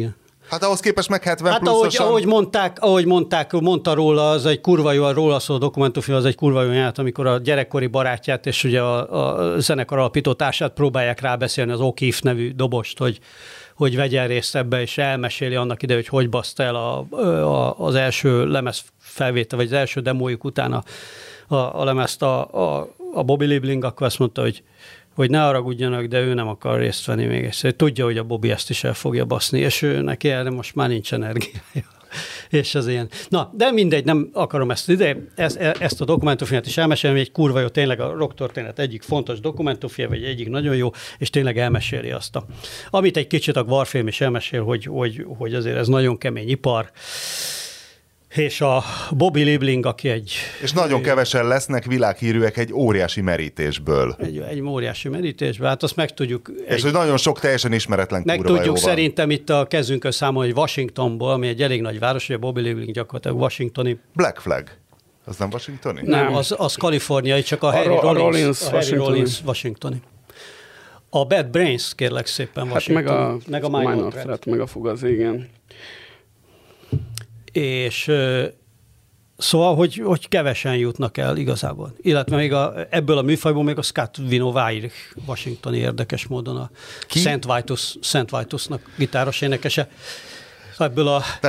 S1: Hát ahhoz képest meg 70 pluszosan.
S2: Ahogy mondta róla, az egy kurva jó, róla szóló dokumentumfilm, az egy kurva jó ját, amikor a gyerekkori barátját és ugye a zenekar alapító társát próbálják rábeszélni, az O'Keefe nevű dobost, hogy vegyen részt ebbe, és elmeséli annak ide, hogy baszta el az első lemez felvétel, vagy az első demójuk után a lemezt a Bobby Liebling, akkor azt mondta, hogy ne haragudjanak, de ő nem akar részt venni még egyszer. Tudja, hogy a Bobby ezt is el fogja baszni, és ő neki erre most már nincs energiája. És az ilyen. Na, de mindegy, nem akarom ezt a dokumentumfilmet is elmesélni, egy kurva jó, tényleg a rock történet egyik fontos dokumentumfilm, vagy egyik nagyon jó, és tényleg elmeséli azt amit egy kicsit a Warfilm is elmesél, hogy azért ez nagyon kemény ipar, és a Bobby Liebling, aki
S1: és nagyon kevesen lesznek világhírűek egy óriási merítésből.
S2: Egy óriási merítésből, hát azt meg tudjuk.
S1: És hogy nagyon sok teljesen ismeretlen kurva
S2: meg tudjuk szerintem itt a kezünkön számolni, hogy Washingtonból, ami egy elég nagy város, hogy a Bobby Liebling gyakorlatilag washingtoni.
S1: Black Flag. Az nem washingtoni?
S2: Nem, az kaliforniai, csak a Harry Rollins washingtoni. A Bad Brains, kérlek szépen, Washington.
S3: Hát meg a Minor Threat, meg a Fugazi, igen.
S2: És szóval, hogy kevesen jutnak el igazából. Illetve még ebből a műfajból még a Scott Vino-Weirich washingtoni érdekes módon a Szent Vitusnak gitáros énekese. Ebből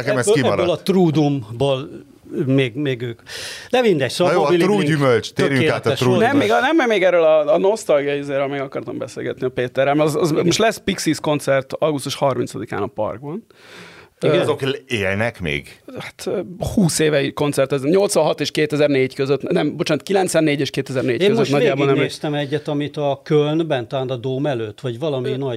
S2: a Trudumból még ők. De mindegy, szóval
S1: Bobby Liebling. Na jó, a Trú-gyümölcs, térjünk át a Trú-gyümölcs.
S3: Nem, még erről a nosztalgia izéről még akartam beszélgetni a Péterrel. Most lesz Pixies koncert augusztus 30-án a Parkban.
S1: Igen, azok élnek még?
S3: Hát 20 éve koncertezem. 86 és 2004 között, nem, bocsánat, 94 és 2004 között.
S2: Én most végignéztem egyet, amit a Kölnben, talán a Dóm előtt, vagy valami nagy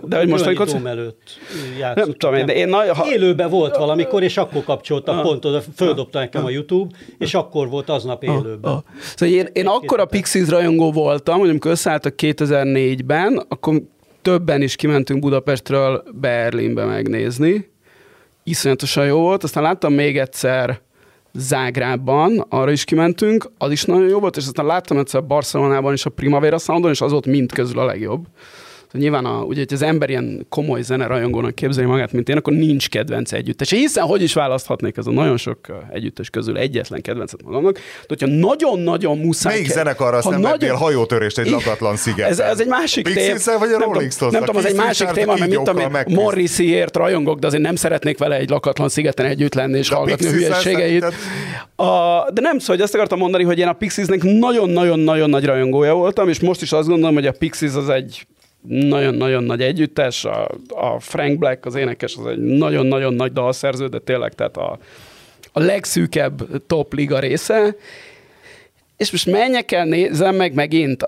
S2: Dóm előtt játszott.
S3: Nem tudom, de én
S2: élőben volt valamikor, és akkor kapcsoltam, pont oda földobta nekem a YouTube, és akkor volt aznap élőben.
S3: Szóval én akkor a Pixies rajongó voltam, hogy amikor összeálltak 2004-ben, akkor többen is kimentünk Budapestről Berlinbe megnézni. Iszonyatosan jó volt, aztán láttam még egyszer Zágrában, arra is kimentünk, az is nagyon jó volt, és aztán láttam egyszer Barcelonában is a Primavera Soundon, és az volt mind közül a legjobb. Nyilván, ugye, hogy az ember ilyen komoly zenerajongónak képzeli magát, mint én, akkor nincs kedvenc együttes. Hiszen hogy is választhatnék ez a nagyon sok együttes közül egyetlen kedvencet magamnak. De hogyha nagyon-nagyon muszáj...
S1: Melyik zenekarra azt nem vettél hajótörést egy lakatlan szigeten?
S3: Ez egy másik téma.
S1: Vagy a Rolling Stones?
S3: Nem tudom, az egy másik téma, mert mit tudom én, Morrisseyért rajongok, de azért nem szeretnék vele egy lakatlan szigeten együtt lenni és hallgatni a hülyességeit. De nem szó, hogy azt akartam mondani, hogy én a Pixiesnek nagyon-nagyon-nagyon nagy rajongója voltam, és most is azt gondolom, hogy a Pixies az egy nagyon-nagyon nagy együttes, a Frank Black, az énekes, az egy nagyon-nagyon nagy dalszerző, de tényleg tehát a legszűkebb top liga része. És most menjek el, nézzem meg megint.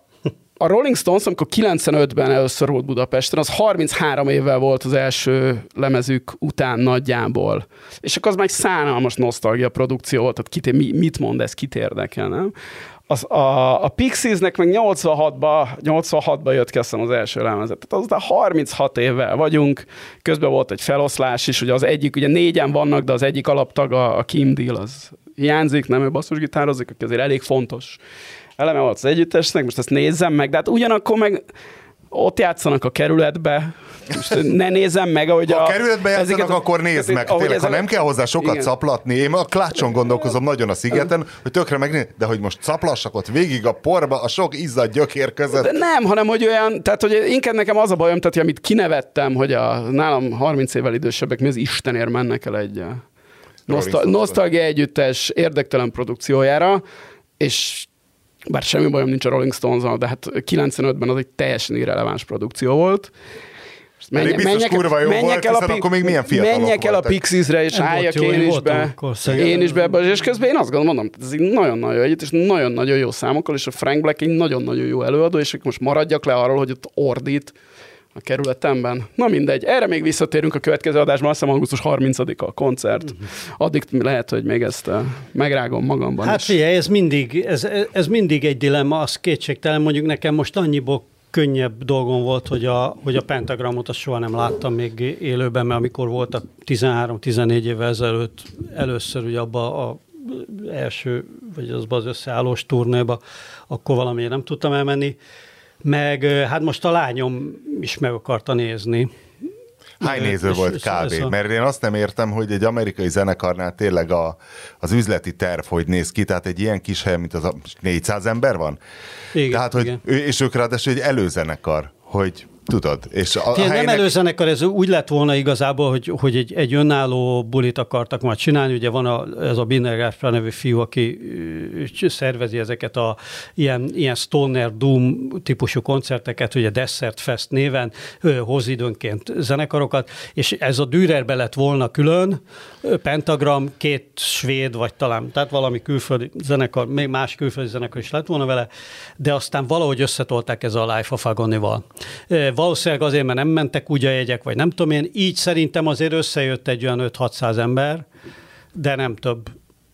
S3: A Rolling Stones, amikor 95-ben először volt Budapesten, az 33 évvel volt az első lemezük után nagyjából. És akkor az már egy szánalmas nosztalgia produkció volt, tehát mit mond ez, kit érdekel, nem? A Pixiesnek meg 86-ba jött ki az első lemezet. Tehát azután 36 évvel vagyunk, közben volt egy feloszlás is, ugye az egyik, ugye 4-en vannak, de az egyik alaptag, a Kim Deal, az hiányzik, nem ő basszusgitározik, aki azért elég fontos eleme volt az együttesnek, most ezt nézzem meg, de hát ugyanakkor meg ott játszanak a Kerületbe, most ne nézzem meg, ahogy
S1: ha a Kerületbe játszanak, akkor nézd meg. Tényleg, ha nem kell hozzá sokat szaplatni, én a Klácson gondolkozom nagyon a szigeten, hogy tökre megnézni, de hogy most szaplassak ott végig a porba, a sok izzadt gyökér között. De
S3: nem, hanem hogy olyan, tehát hogy inkább nekem az a bajom, tehát hogy amit kinevettem, hogy a nálam 30 évvel idősebbek mi az Istenért mennek el egy nosztalgia együttes érdektelen produkciójára, és bár semmi bajom nincs a Rolling Stones-al, de hát 95-ben az egy teljesen irreleváns produkció volt.
S1: Menjek
S3: el a Pixiesre, és álljak én is be ebbe, és közben én azt gondolom, ez egy nagyon-nagyon jó együtt, és nagyon-nagyon jó számokkal, és a Frank Black egy nagyon-nagyon jó előadó, és most maradjak le arról, hogy ott ordít a Kerületemben. Na mindegy, erre még visszatérünk a következő adásban, azt hiszem augusztus 30-a a koncert. Addig lehet, hogy még ezt megrágom magamban.
S2: Hát figyelj, ez mindig egy dilemma, az kétségtelen, mondjuk nekem most annyiból könnyebb dolgom volt, hogy a Pentagramot azt soha nem láttam még élőben, mert amikor voltak 13-14 évvel ezelőtt először ugye abba az első, vagy az összeállós turnéba, akkor valamiért nem tudtam elmenni. Meg hát most a lányom is meg akarta nézni,
S1: Hány néző volt kb? Mert én azt nem értem, hogy egy amerikai zenekarnál tényleg az üzleti terv hogy néz ki, tehát egy ilyen kis helyen, mint az 400 ember van?
S2: Igen,
S1: tehát, hogy
S2: igen.
S1: És ők ráadásul egy előzenekar, hogy tudod. És
S2: Nem előzenekar, ez úgy lett volna igazából, hogy egy önálló bulit akartak majd csinálni. Ugye van ez a Binner Gáspár nevű fiú, aki szervezi ezeket a ilyen stoner doom típusú koncerteket, ugye Desert Fest néven, hoz időnként zenekarokat, és ez a Dürerbe lett volna külön, Pentagram, 2 svéd, vagy talán, tehát valami külföldi zenekar, még más külföldi zenekar is lett volna vele, de aztán valahogy összetolták ez a Life of Agony-val. Valószínűleg azért, mert nem mentek úgy a jegyek, vagy nem tudom én, így szerintem azért összejött egy olyan 5-600 ember, de nem több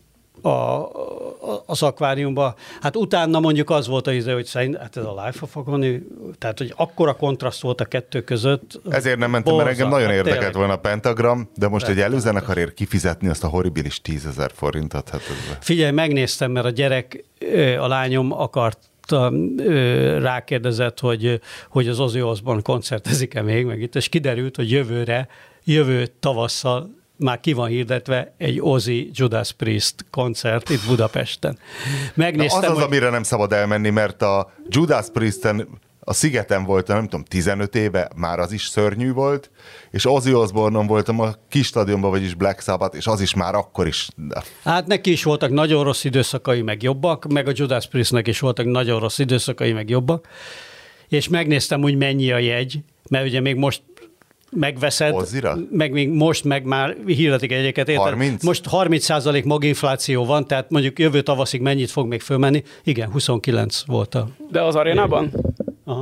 S2: az akváriumban. Hát utána mondjuk az volt hogy szerint, hát ez a Life of Agony, tehát hogy akkora kontraszt volt a kettő között.
S1: Ezért nem mentem, mert engem nagyon érdekelt volna a Pentagram, de most egy előzenekarért kifizetni azt a horribilis 10 000 forintot. Hát ez...
S2: Figyelj, megnéztem, mert a gyerek, a lányom akart rákérdezett, hogy az Ozzy Osbourne koncertezik-e még, meg itt, és kiderült, hogy jövő tavasszal már ki van hirdetve egy Ozzy Judas Priest koncert itt Budapesten. Megnéztem,
S1: az, amire nem szabad elmenni, mert a Judas Priesten a Szigeten voltam, nem tudom, 15 éve, már az is szörnyű volt, és Ozzy Osbourne-on voltam a kis stadionban, vagyis Black Sabbath, és az is már akkor is...
S2: Hát neki is voltak nagyon rossz időszakai, meg jobbak, meg a Judas Priestnek is voltak nagyon rossz időszakai, meg jobbak, és megnéztem, hogy mennyi a jegy, mert ugye még most megveszed, meg még most meg már hirdetik egyeket.
S1: 30?
S2: Most 30% maginfláció van, tehát mondjuk jövő tavaszig mennyit fog még fölmenni? Igen, 29 volt a...
S3: De az arénában?
S2: Aha.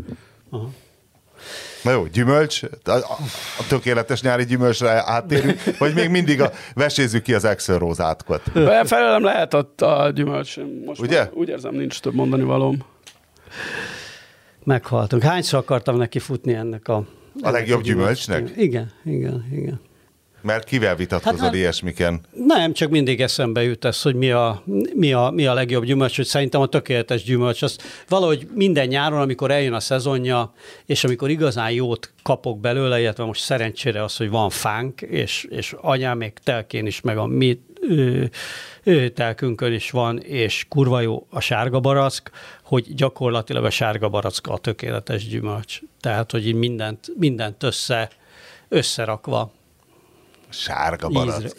S1: Na jó, gyümölcs, a tökéletes nyári gyümölcsre áttérünk, vagy még mindig vesézzük ki az Axl Rose átkot?
S3: Felelem lehet a gyümölcs. Most
S1: ugye?
S3: Úgy érzem, nincs több mondani valóm.
S2: Meghaltunk. Hányszor akartam neki futni ennek a
S1: legjobb gyümölcsnek?
S2: Igen.
S1: Mert kivel vitatkozol ilyesmiken?
S2: Nem, csak mindig eszembe jut ez, hogy mi a legjobb gyümölcs, hogy szerintem a tökéletes gyümölcs. Az valahogy minden nyáron, amikor eljön a szezonja, és amikor igazán jót kapok belőle, illetve most szerencsére az, hogy van fánk, és anyám még telkén is, meg a mi telkünkön is van, és kurva jó a sárga barack, hogy gyakorlatilag a sárga barack a tökéletes gyümölcs. Tehát, hogy így mindent összerakva.
S1: Sárga barack.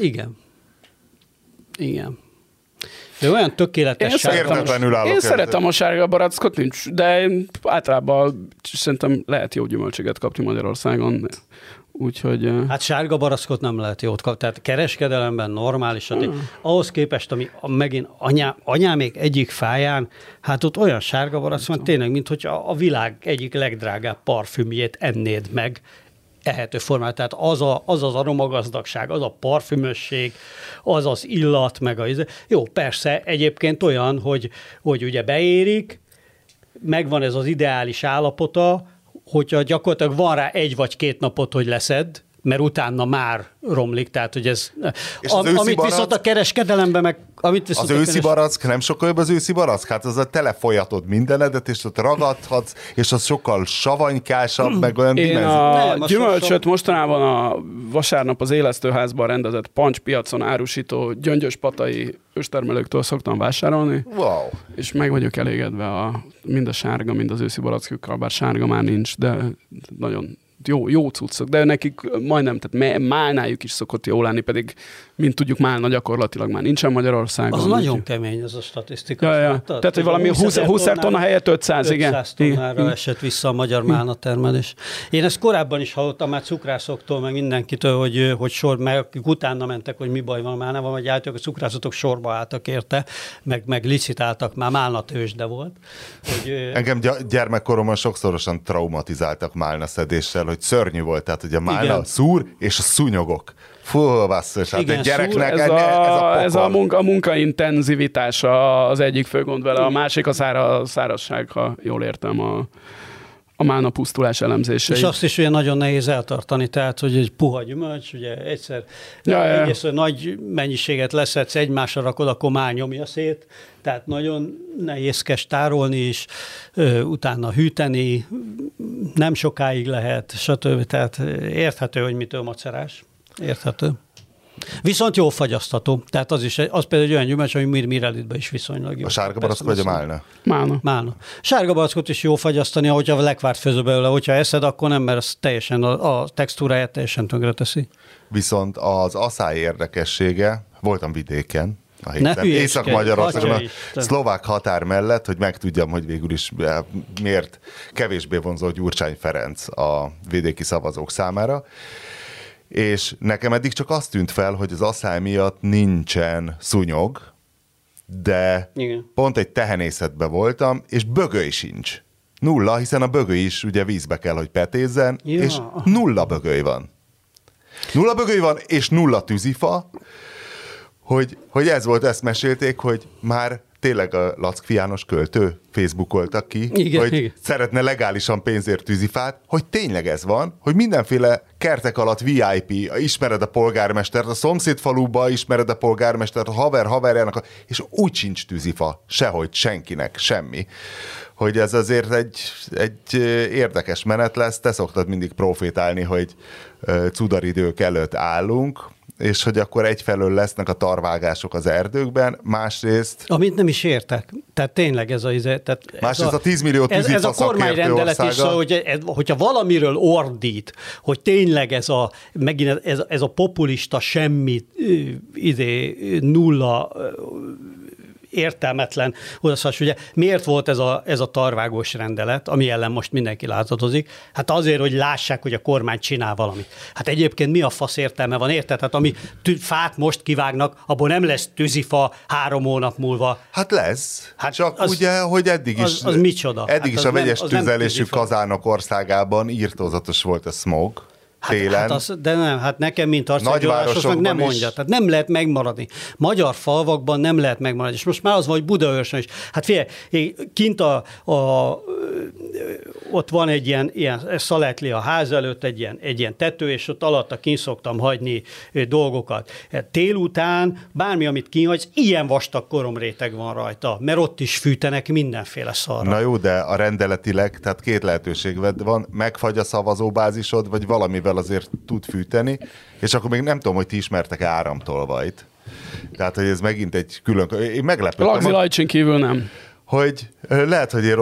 S2: Igen. De olyan tökéletes
S1: sárga.
S3: Én szeretem a sárga barackot, nincs, de általában szerintem lehet jó gyümölcsöket kapni Magyarországon. Úgyhogy...
S2: Hát sárga barackot nem lehet jót kapni, tehát kereskedelemben normális. Ahhoz képest, ami megint anyámék egyik fáján, hát ott olyan sárga barack van tényleg, mint hogy a világ egyik legdrágább parfümjét ennéd meg, ehető formát. Tehát az aromagazdagság, az a parfümösség, az az illat, meg Jó, persze, egyébként olyan, hogy ugye beérik, megvan ez az ideális állapota, hogyha gyakorlatilag van rá 1 vagy 2 napot, hogy leszed, mert utána már romlik, tehát hogy ez... Amit viszont a kereskedelemben meg...
S1: Az őszi barack nem sokkal jobb az őszi barack? Hát az a telefolyatod mindenedet, és ott ragadhatsz, és az sokkal savanykásabb, meg olyan
S3: dimenzió. A gyümölcsöt mostanában a vasárnap az Élesztőházban rendezett Pancspiacon árusító gyöngyöspatai őstermelőktől szoktam vásárolni.
S1: Wow.
S3: És meg vagyok elégedve mind a sárga, mind az őszi barackokkal, bár sárga már nincs, de nagyon... Jó cuccok, de nekik majdnem, tehát málnájuk is szokott jól lenni, pedig, mint tudjuk, málna gyakorlatilag már nincsen Magyarországon.
S2: Az nagyon kemény, az a statisztika.
S3: Tehát, hogy valami 20 tonna helyett 500, igen.
S2: 500 tonnára esett vissza a magyar málna termelés. Én ezt korábban is hallottam már cukrászoktól, meg mindenkitől, hogy akik utána mentek, hogy mi baj van a málnával, vagy állítólag a cukrászatok sorba álltak érte, meg licitáltak, már málna tőzsde volt.
S1: Engem gyermekkoromban sokszorosan traumatizáltak málnaszedéssel, hogy szörnyű volt, tehát ugye a málna szúr és a szúnyogok. Fú, basszus, hát egy gyereknek
S3: ez a munkaintenzivitás az egyik fő gond vele, a másik a szárazság, ha jól értem a málna pusztulás elemzései.
S2: És azt is ugye nagyon nehéz eltartani, tehát, hogy egy puha gyümölcs, ugye egyszer nagy mennyiséget leszedsz, egymásra rakod, akkor már nyomja szét, tehát nagyon nehézkes tárolni is, utána hűteni, nem sokáig lehet, stb. Tehát érthető, hogy mitől macerás. Érthető. Viszont jó fagyasztató. Tehát az például egy olyan gyümölcs, ami mirelitben is viszonylag jó.
S1: A sárga barack vagy a málna?
S2: Málna. Sárga barackot is jó fagyasztani, ahogyha a lekvárt főző belőle, hogyha eszed, akkor nem, mert ez teljesen a textúráját teljesen tönkreteszi.
S1: Viszont az aszály érdekessége, voltam vidéken a héten, Észak-Magyarországon, a szlovák határ mellett, hogy megtudjam, hogy végül is miért kevésbé vonzó Gyurcsány Ferenc a vidéki szavazók számára. És nekem eddig csak azt tűnt fel, hogy az aszály miatt nincsen szúnyog, de igen. Pont egy tehenészetben voltam, és bögöly sincs. 0, hiszen a bögöly is ugye vízbe kell, hogy petézzen, ja. És 0 bögöly van. 0 bögöly van, és 0 tűzifa, hogy ez volt, ezt mesélték, hogy már tényleg a Lackfi János költő Facebookoltak ki, igen, hogy igen. Szeretne legálisan pénzért tűzifát, hogy tényleg ez van, hogy mindenféle kertek alatt VIP, ismered a polgármestert, a szomszédfaluba ismered a polgármestert, a haverjának, és úgy sincs tűzifa, sehogy senkinek, semmi. Hogy ez azért egy érdekes menet lesz, te szoktad mindig profétálni, hogy cudaridők előtt állunk, és hogy akkor egyfelől lesznek a tarvágások az erdőkben, másrészt...
S2: Amit nem is értek. Tehát tényleg ez a...
S1: Másrészt a 10 millió tűzifa
S2: ez a kormányrendelet országa. Is, hogyha valamiről ordít, hogy tényleg megint ez a populista semmi nulla értelmetlen odaszás, ugye miért volt ez a tarvágós rendelet, ami ellen most mindenki lázadozik? Hát azért, hogy lássák, hogy a kormány csinál valamit. Hát egyébként mi a fasz értelme van, érted? Hát ami fát most kivágnak, abból nem lesz tűzifa 3 hónap múlva.
S1: Hát lesz. Hát csak ugye, hogy eddig is...
S2: Az micsoda?
S1: Eddig is a vegyes tüzelésű kazánok országában írtózatos volt a smog.
S2: De nem, hát nekem, mint arcegyőrásosnak nem mondja. Tehát nem lehet megmaradni. Magyar falvakban nem lehet megmaradni. És most már az van, hogy Budaörsön is. Hát figyelj, kint ott van egy ilyen szaletli a ház előtt, egy ilyen tető, és ott alatta kint szoktam hagyni dolgokat. Tél után bármi, amit kihagysz, ilyen vastag koromréteg van rajta, mert ott is fűtenek mindenféle szarra.
S1: Na jó, de a rendeletileg, tehát 2 lehetőség van, megfagy a szavazóbázisod, vagy valamivel azért tud fűteni, és akkor még nem tudom, hogy ti ismertek-e áramtolvajt. Tehát, hogy ez megint egy külön... Én meglepődtem.
S3: Lagzi Lajcsin kívül nem.
S1: Hogy lehet, hogy én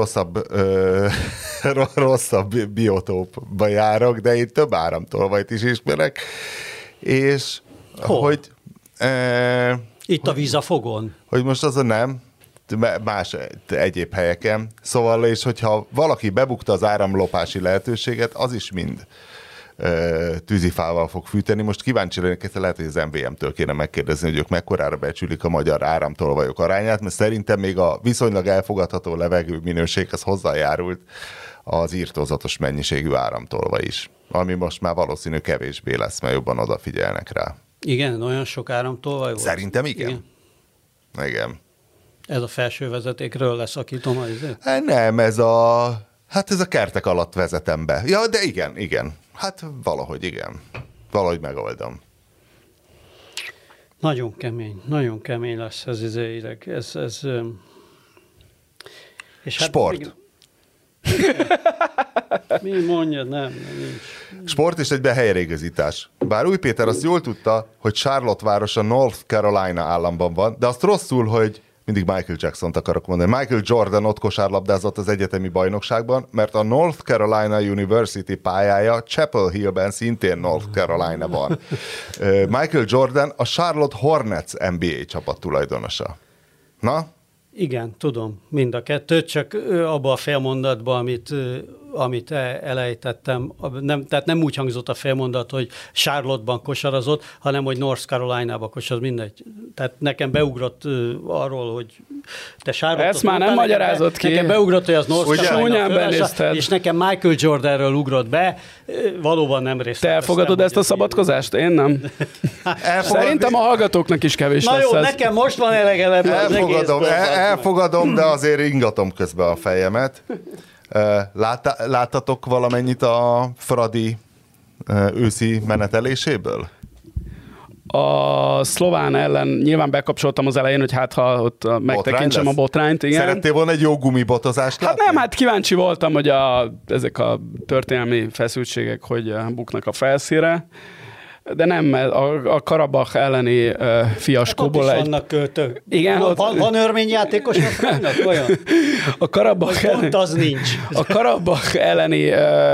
S1: rosszabb biotópba járok, de én több áramtolvajt is ismerek, és hogy...
S2: Itt a vízafogon?
S1: Hogy most azon nem, más egyéb helyeken. Szóval, és hogyha valaki bebukta az áramlopási lehetőséget, az is mind tűzifával fog fűteni. Most kíváncsi lennék, lehet, hogy az MVM-től kéne megkérdezni, hogy ők mekkorára becsülik a magyar áramtolvajok arányát, mert szerintem még a viszonylag elfogadható levegő minőséghez hozzájárult az írtózatos mennyiségű áramtolvaj is, ami most már valószínű kevésbé lesz, mert jobban odafigyelnek rá.
S2: Igen, olyan sok áramtolvaj volt?
S1: Szerintem igen. Igen.
S2: Ez a felső vezetékről leszakítom azért?
S1: Nem, ez a kertek alatt vezetem be. Ja, de igen. Hát valahogy igen. Valahogy megoldom.
S2: Nagyon kemény lesz ez ideg. És
S1: sport.
S2: Mi mondjad, nem nincs.
S1: Sport és egyben helyreigazítás. Bár Új Péter azt jól tudta, hogy Charlotte városa North Carolina államban van, de azt rosszul, hogy mindig Michael Jackson-t akarok mondani. Michael Jordan ott kosárlabdázott az egyetemi bajnokságban, mert a North Carolina University pályája Chapel Hillben szintén North Carolina-ban. Michael Jordan a Charlotte Hornets NBA csapat tulajdonosa. Na?
S2: Igen, tudom, mind a kettőt, csak abban a félmondatban, amit elejtettem, tehát nem úgy hangzott a félmondat, hogy Charlotte-ban kosarazott, hanem hogy North Carolina-ban kosarazott, mindegy. Tehát nekem beugrott arról, hogy te Charlotte-ot
S3: ezt már nem magyarázott ki.
S2: Nekem beugrott, hogy az North Carolina, és nekem Michael Jordanről ugrott be, valóban nem részt.
S3: Te elfogadod ezt a szabadkozást? Én nem. Szerintem a hallgatóknak is kevés
S2: lesz.
S3: Na jó,
S2: nekem most van elegem
S1: elfogadom, de azért ingatom közben a fejemet. Láttatok valamennyit a Fradi őszi meneteléséből?
S3: A szlován ellen nyilván bekapcsoltam az elején, hogy hát ha ott megtekintsem a botrányt. Igen.
S1: Szerettél volna egy jó gumibotozást látni?
S3: Hát nem, hát kíváncsi voltam, hogy ezek a történelmi feszültségek hogy buknak a felszínre. De nem, a Karabach elleni fiaskóból
S2: hát vannak költők. Igen, van örmény játékos a Fradinak, olyan?
S3: A Karabach elleni...
S2: Pont az nincs.
S3: A Karabach elleni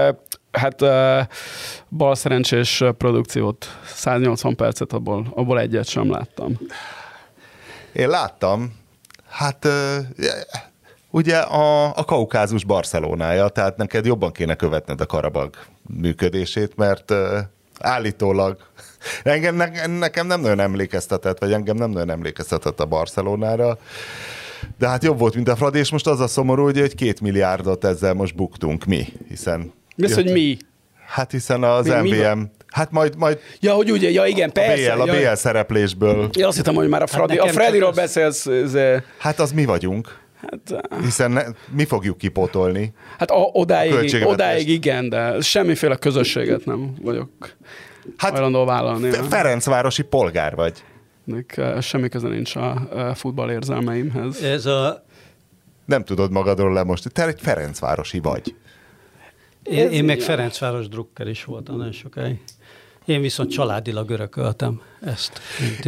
S3: balszerencsés produkciót, 180 percet, abból egyet sem láttam.
S1: Én láttam. Hát ugye a Kaukázus Barcelonája, tehát neked jobban kéne követned a Karabach működését, mert állítólag nekem nem nagyon emlékeztetett, vagy engem nem nagyon emlékeztetett a Barcelonára, de hát jobb volt, mint a Fradi, és most az a szomorú, hogy 2 milliárdot ezzel most buktunk mi, hiszen...
S3: Mi az, hogy mi?
S1: Hát hiszen az MVM... Hát majd
S3: ja, hogy ugye, ja igen, persze.
S1: A BL szereplésből...
S3: Ja, azt hittem, hogy már a Fradiról beszélsz.
S1: Hát az mi vagyunk. Hát, hiszen mi fogjuk kipótolni.
S3: Hát odáig igen, de semmiféle közösséget nem vagyok hajlandó vállalni.
S1: Ferencvárosi polgár vagy.
S3: Semmi köze nincs a futball érzelmeimhez.
S1: Nem tudod magadról le most, te egy ferencvárosi vagy.
S2: Én meg Ferencváros drukker is voltam nagyon sokáig. Én viszont családilag örököltem ezt.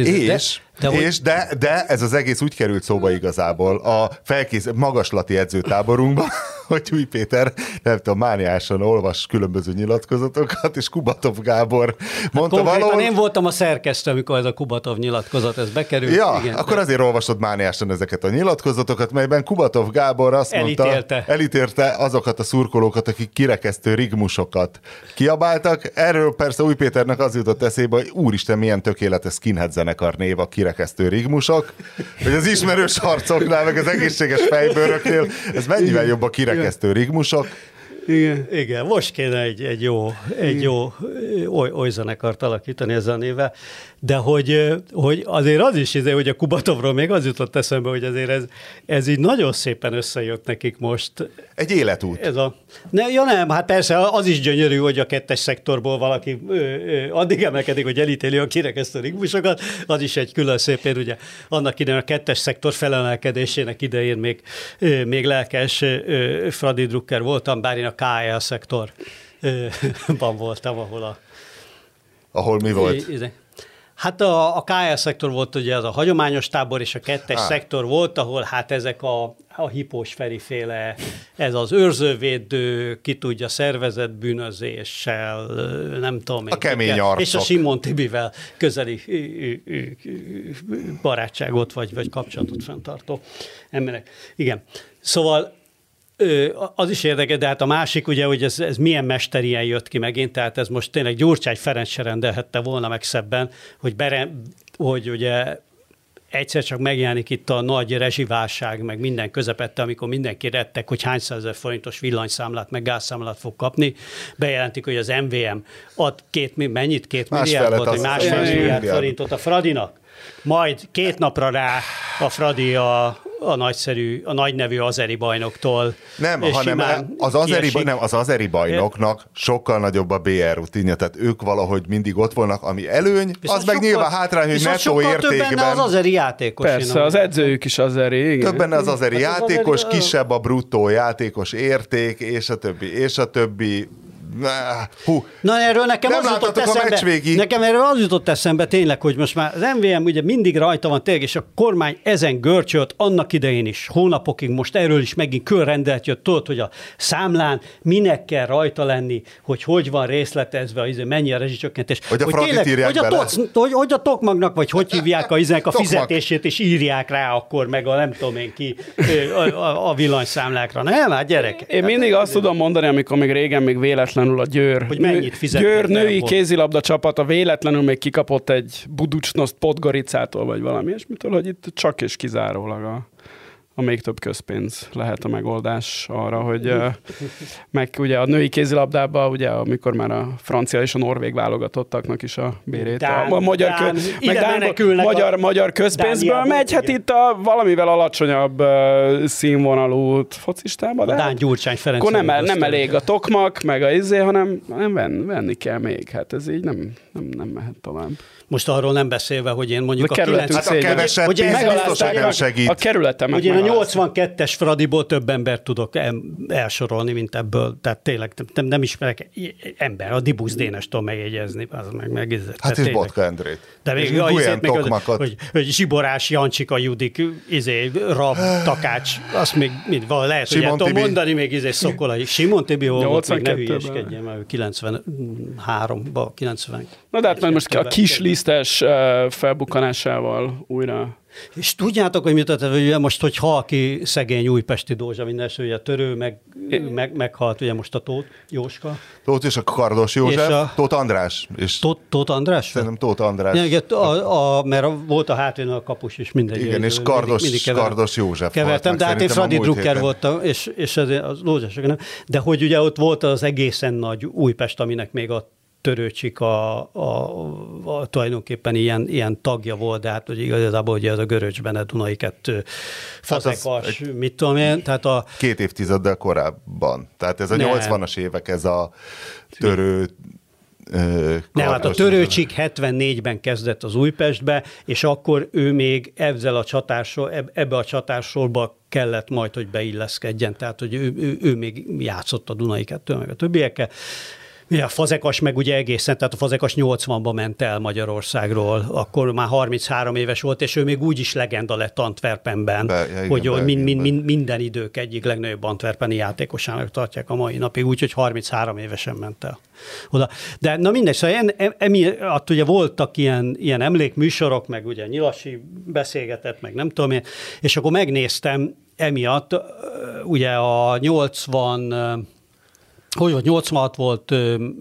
S1: De ez az egész úgy került szóba igazából a magaslati edzőtáborunkban, hogy Új Péter, nem tudom, mániásan olvas különböző nyilatkozatokat, és Kubatov Gábor mondta valahol...
S2: Én voltam a szerkesztő, amikor ez a Kubatov nyilatkozat, ez bekerült.
S1: Ja, igen, akkor azért olvasod mániásan ezeket a nyilatkozatokat, melyben Kubatov Gábor azt elítélte azokat a szurkolókat, akik kirekesztő rigmusokat kiabáltak. Erről persze Új Péternek az jutott eszébe, hogy úristen, milyen tökéletes skinhead zenekar név a kirekesztő rigmusok, hogy az ismerős harcoknál, meg az egészséges fejbőröknél, ez mennyivel jobb a kirekesztő rigmusok.
S2: Igen, most kéne egy jó oly zenekart alakítani ezzel a névvel, de hogy azért az is, hogy a Kubatovról még az jutott eszembe, hogy azért ez így nagyon szépen összejött nekik most.
S1: Egy életút.
S2: Nem, hát persze az is gyönyörű, hogy a 2. szektorból valaki addig emelkedik, hogy elítéli a kirekesztő rigmusokat, az is egy külön szép, ugye annak idején a 2. szektor felemelkedésének idején még lelkes Fradi drukker voltam, bár én a KL szektorban voltam,
S1: ahol mi volt?
S2: Hát a KL szektor volt ugye az a hagyományos tábor, és a 2. szektor volt, ahol hát ezek a Hipós Feriféle, ez az őrzővédő, ki tudja, szervezett bűnözéssel, nem tudom.
S1: A kemény arcok.
S2: És a Simon Tibivel közeli barátságot vagy kapcsolatot fenntartó emberek. Igen. Szóval az is érdekes, de hát a másik ugye, hogy ez milyen mesterien jött ki megint, tehát ez most tényleg Gyurcsány Ferenc se rendelhette volna meg szebben, hogy ugye egyszer csak megjelenik itt a nagy rezsiválság, meg minden közepette, amikor mindenki rettek, hogy hány százezer forintos villanyszámlát, meg gázszámlát fog kapni. Bejelentik, hogy az MVM ad 2 milliárd volt, vagy 1,5 milliárd forintot a Fradinak. Majd 2 napra rá a Fradi a nagy nevű azeri bajnoktól.
S1: Nem, hanem az azeri bajnoknak sokkal nagyobb a BR rutinja, tehát ők valahogy mindig ott vannak, ami előny, viszont az meg nyilván hátrány, hogy nettó értékben. Több
S2: az azeri játékos.
S3: Persze, az edzőjük is azeri. Igen.
S1: Több benne az azeri játékos, kisebb a bruttó játékos érték, és a többi.
S2: Na erről nekem az jutott eszembe tényleg, hogy most már az MVM ugye mindig rajta van tényleg, és a kormány ezen görcsölt annak idején is, hónapokig, most erről is megint különrendelet jött, tudod, hogy a számlán minek kell rajta lenni, hogy van részletezve, mennyi a rezsicsökkentés.
S1: Hogy a Fradit írják bele.
S2: Hogy a Tokmagnak, vagy hogy hívják a fizetését, és írják rá akkor meg a nem tudom én ki a villanyszámlákra. Nem, hát gyerek.
S3: Én mindig azt tudom mondani, amikor még régen még véletlenül a Győr női kézilabda csapata véletlenül még kikapott egy Buducsnoszt Podgoricától, vagy valami ilyesmitől, hogy itt csak és kizárólag a még több közpénz lehet a megoldás arra, hogy meg ugye a női kézilabdában, ugye amikor már a francia és a norvég válogatottaknak is a bérét, a magyar közpénzből megy, hát itt a valamivel alacsonyabb színvonalú focistában.
S2: Dán Gyurcsány Ferenc.
S3: Akkor nem elég a tokmak, meg a hanem venni kell még. Hát ez így nem mehet tovább.
S2: Most arról nem beszélve, hogy én mondjuk
S3: a
S1: kevesebb pénz biztos, hogy nem segít.
S3: A kerületem.
S2: Ugye a 82-es Fradiból több embert tudok elsorolni, mint ebből. Tehát tényleg nem ismerek ember. A Dibusz Dénestől megjegyezni.
S1: Hát és Botka Endrét.
S2: De még hogy Zsiborás, Jancsika, Judik, Rab, Takács, azt még lehet, hogy el tudom mondani, még Szokolai. Simon Tibi volt, még ne hülyéskedjen, mert 93-ban, 90.
S3: Na de hát most a kis lisztes felbukkanásával újra.
S2: És tudjátok, hogy mit ugye most, hogy Halki szegény újpesti Dózsa mindenesetre, ugye a Törő meghalt, ugye most a Tóth Jóska.
S1: Tóth és a Kardos József, Tóth András. És
S2: Tóth András?
S1: Szerintem Tóth András.
S2: Ja, igen, mert volt a hátvén a kapus is, mindegy.
S1: Igen, és Kardos József.
S2: Kevertem, de hát én Fradi Drucker voltam, és az Lózsások nem. De hogy ugye ott volt az egészen nagy Újpest, aminek még a Törőcsik tulajdonképpen ilyen tagja volt, de hát hogy igazából ugye ez a Göröcsben, a Dunai Kettő, Fazekas, mit tudom én. Tehát
S1: 2 évtizeddel korábban. Tehát ez a 80-as évek, ez a Törő...
S2: Hát a Törőcsik 74-ben kezdett az Újpestbe, és akkor ő még ebbe a csatársorba kellett majd, hogy beilleszkedjen. Tehát, hogy ő még játszott a Dunai Kettő, meg a többiekkel. A Fazekas meg ugye egészen, tehát a Fazekas 80-ban ment el Magyarországról, akkor már 33 éves volt, és ő még úgy is legenda lett Antwerpenben, hogy minden idők egyik legnagyobb antwerpeni játékosának tartják a mai napig, úgyhogy 33 évesen ment el oda. De na mindegy, szóval emiatt ugye voltak ilyen emlékműsorok, meg ugye Nyilasi beszélgetett, meg nem tudom én, és akkor megnéztem emiatt, ugye a 86 volt,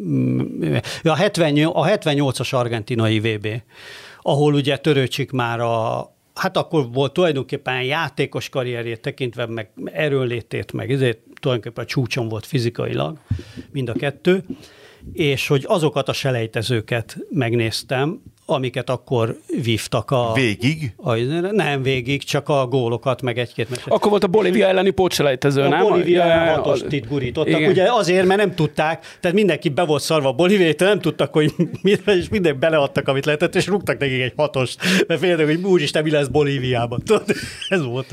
S2: a 78-as argentinai VB, ahol ugye Törőcsik már hát akkor volt tulajdonképpen játékos karrierjét tekintve, meg erőnlétét, meg ezért tulajdonképpen a csúcson volt fizikailag mind a kettő, és hogy azokat a selejtezőket megnéztem, amiket akkor vívtak
S1: Végig?
S2: Nem végig, csak a gólokat, meg egy-két meccset.
S3: Akkor volt a Bolívia elleni pótselejtező, nem?
S2: A Bolívia ellen 6-ost gurítottak, ugye azért, mert nem tudták, tehát mindenki be volt szarva a Bolíviától, nem tudtak, hogy mire, és minden beleadtak, amit lehetett, és rúgtak nekik egy 6-ost, mert féltek, hogy úristen, mi lesz Bolíviában. Ez volt.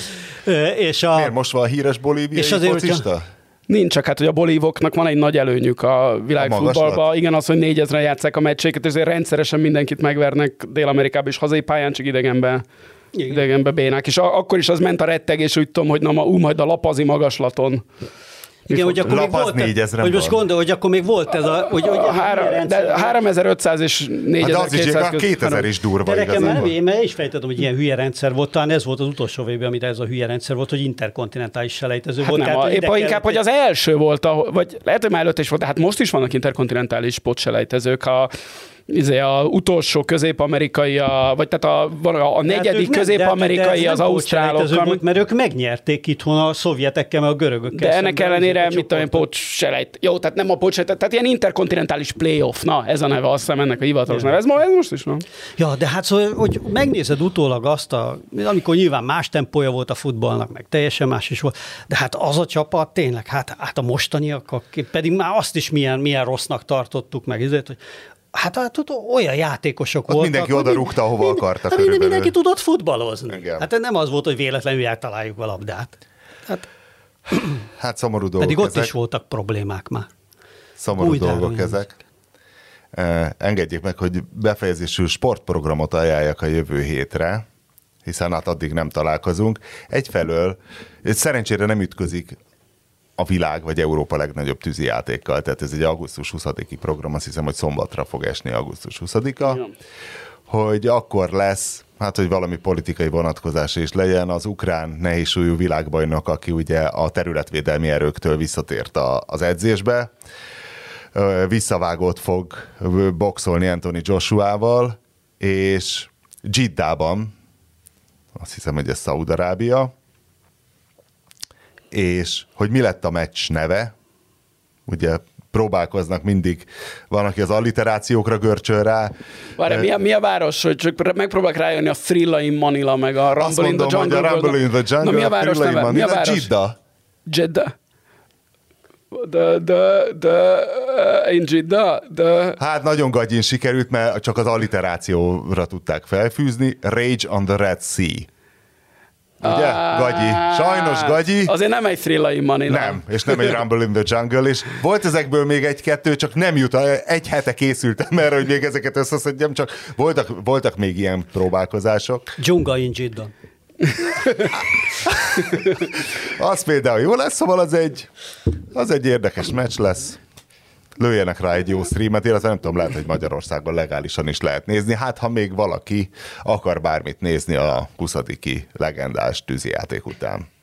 S1: Miért most van a híres bolíviai focista?
S3: Nincs, csak hát, hogy a bolívoknak van egy nagy előnyük a világfutballban. Igen, az, hogy 4000-en játsszák a meccséket, és azért rendszeresen mindenkit megvernek Dél-Amerikában is, hazai pályán, csak idegenbe bénák. És akkor is az ment a rettegés, úgy tudom, hogy majd a lapazi magaslaton.
S2: Igen, hogy akkor még volt, hogy most gondolj, hogy akkor még volt ez a... Hogy
S3: 3500 és 4200
S1: hát 2000 is durva.
S2: De nekem én is fejtettem, hogy ilyen hülye rendszer volt, talán ez volt az utolsó évben, amire ez a hülye rendszer volt, hogy interkontinentális selejtező volt.
S3: Nem, épp inkább, hogy az első volt, vagy lehet, hogy már előtt is volt, de hát most is vannak interkontinentális spotselejtezők, a utolsó közép-amerikai, vagy tehát a negyedik közép-amerikai az ausztrálokkal.
S2: Mert ők megnyerték itthon a szovjetekkel, meg a görögökkel.
S3: De ennek ellenére, mit tudom én, pótselejt. Jó, tehát nem a pótselejt, tehát ilyen interkontinentális playoff. Na, ez a neve, azt hiszem ennek a hivatalos neve. Ez most is van. Ja,
S2: de hát szóval, hogy megnézed utólag azt, amikor nyilván más tempója volt a futballnak, meg teljesen más is volt, de hát az a csapat tényleg, hát a mostaniak, pedig már azt is milyen rossznak tartottuk meg, ezért, hogy hát olyan játékosok voltak.
S1: Mindenki oda rúgta, ahova akarta
S2: körülbelül. Mindenki tudott futballozni.
S1: Igen.
S2: Hát nem az volt, hogy véletlenül eltaláljuk a labdát.
S1: Hát szomorú dolgok
S2: pedig ott
S1: ezek.
S2: is voltak problémák már.
S1: Szomorú dolgok ezek. Engedjék meg, hogy befejezésül sportprogramot ajánljak a jövő hétre, hiszen hát addig nem találkozunk. Egyfelől szerencsére nem ütközik a világ vagy Európa legnagyobb tűzijátékkal, tehát ez egy augusztus 20-i program, azt hiszem, hogy szombatra fog esni augusztus 20-a, hogy akkor lesz, hát hogy valami politikai vonatkozás is legyen, az ukrán nehézsúlyú világbajnok, aki ugye a területvédelmi erőktől visszatért az edzésbe, visszavágót fog boxolni Anthony Joshuával, és Jiddában, azt hiszem, hogy ez Szaúd-Arábia, és hogy mi lett a meccs neve, ugye próbálkoznak mindig, van, aki az alliterációkra görcsöl rá.
S3: Várj, mi a város, hogy csak megpróbálok rájönni a Thrilla in Manila, meg a Rumble in the Jungle.
S1: A Rumble in the Jungle,
S3: na, mi a város neve? Mi a város?
S1: Jeddah.
S3: In Jeddah.
S1: Hát nagyon gagyin sikerült, mert csak az alliterációra tudták felfűzni. Rage on the Red Sea. Ugye? Gagyi. Sajnos gagyi.
S3: Azért nem egy Thrilla in Manila.
S1: Nem, és nem egy Rumble in the Jungle, és volt ezekből még egy-kettő, csak nem jut. Egy hete készültem erre, hogy még ezeket összeszedjem, csak voltak még ilyen próbálkozások.
S2: Dzsunga in Jeddah.
S1: Az például jó lesz, szóval az egy érdekes meccs lesz. Lőjenek rá egy jó streamet, illetve nem tudom, lehet, hogy Magyarországon legálisan is lehet nézni. Hát, ha még valaki akar bármit nézni a 20. legendás tűzijáték után.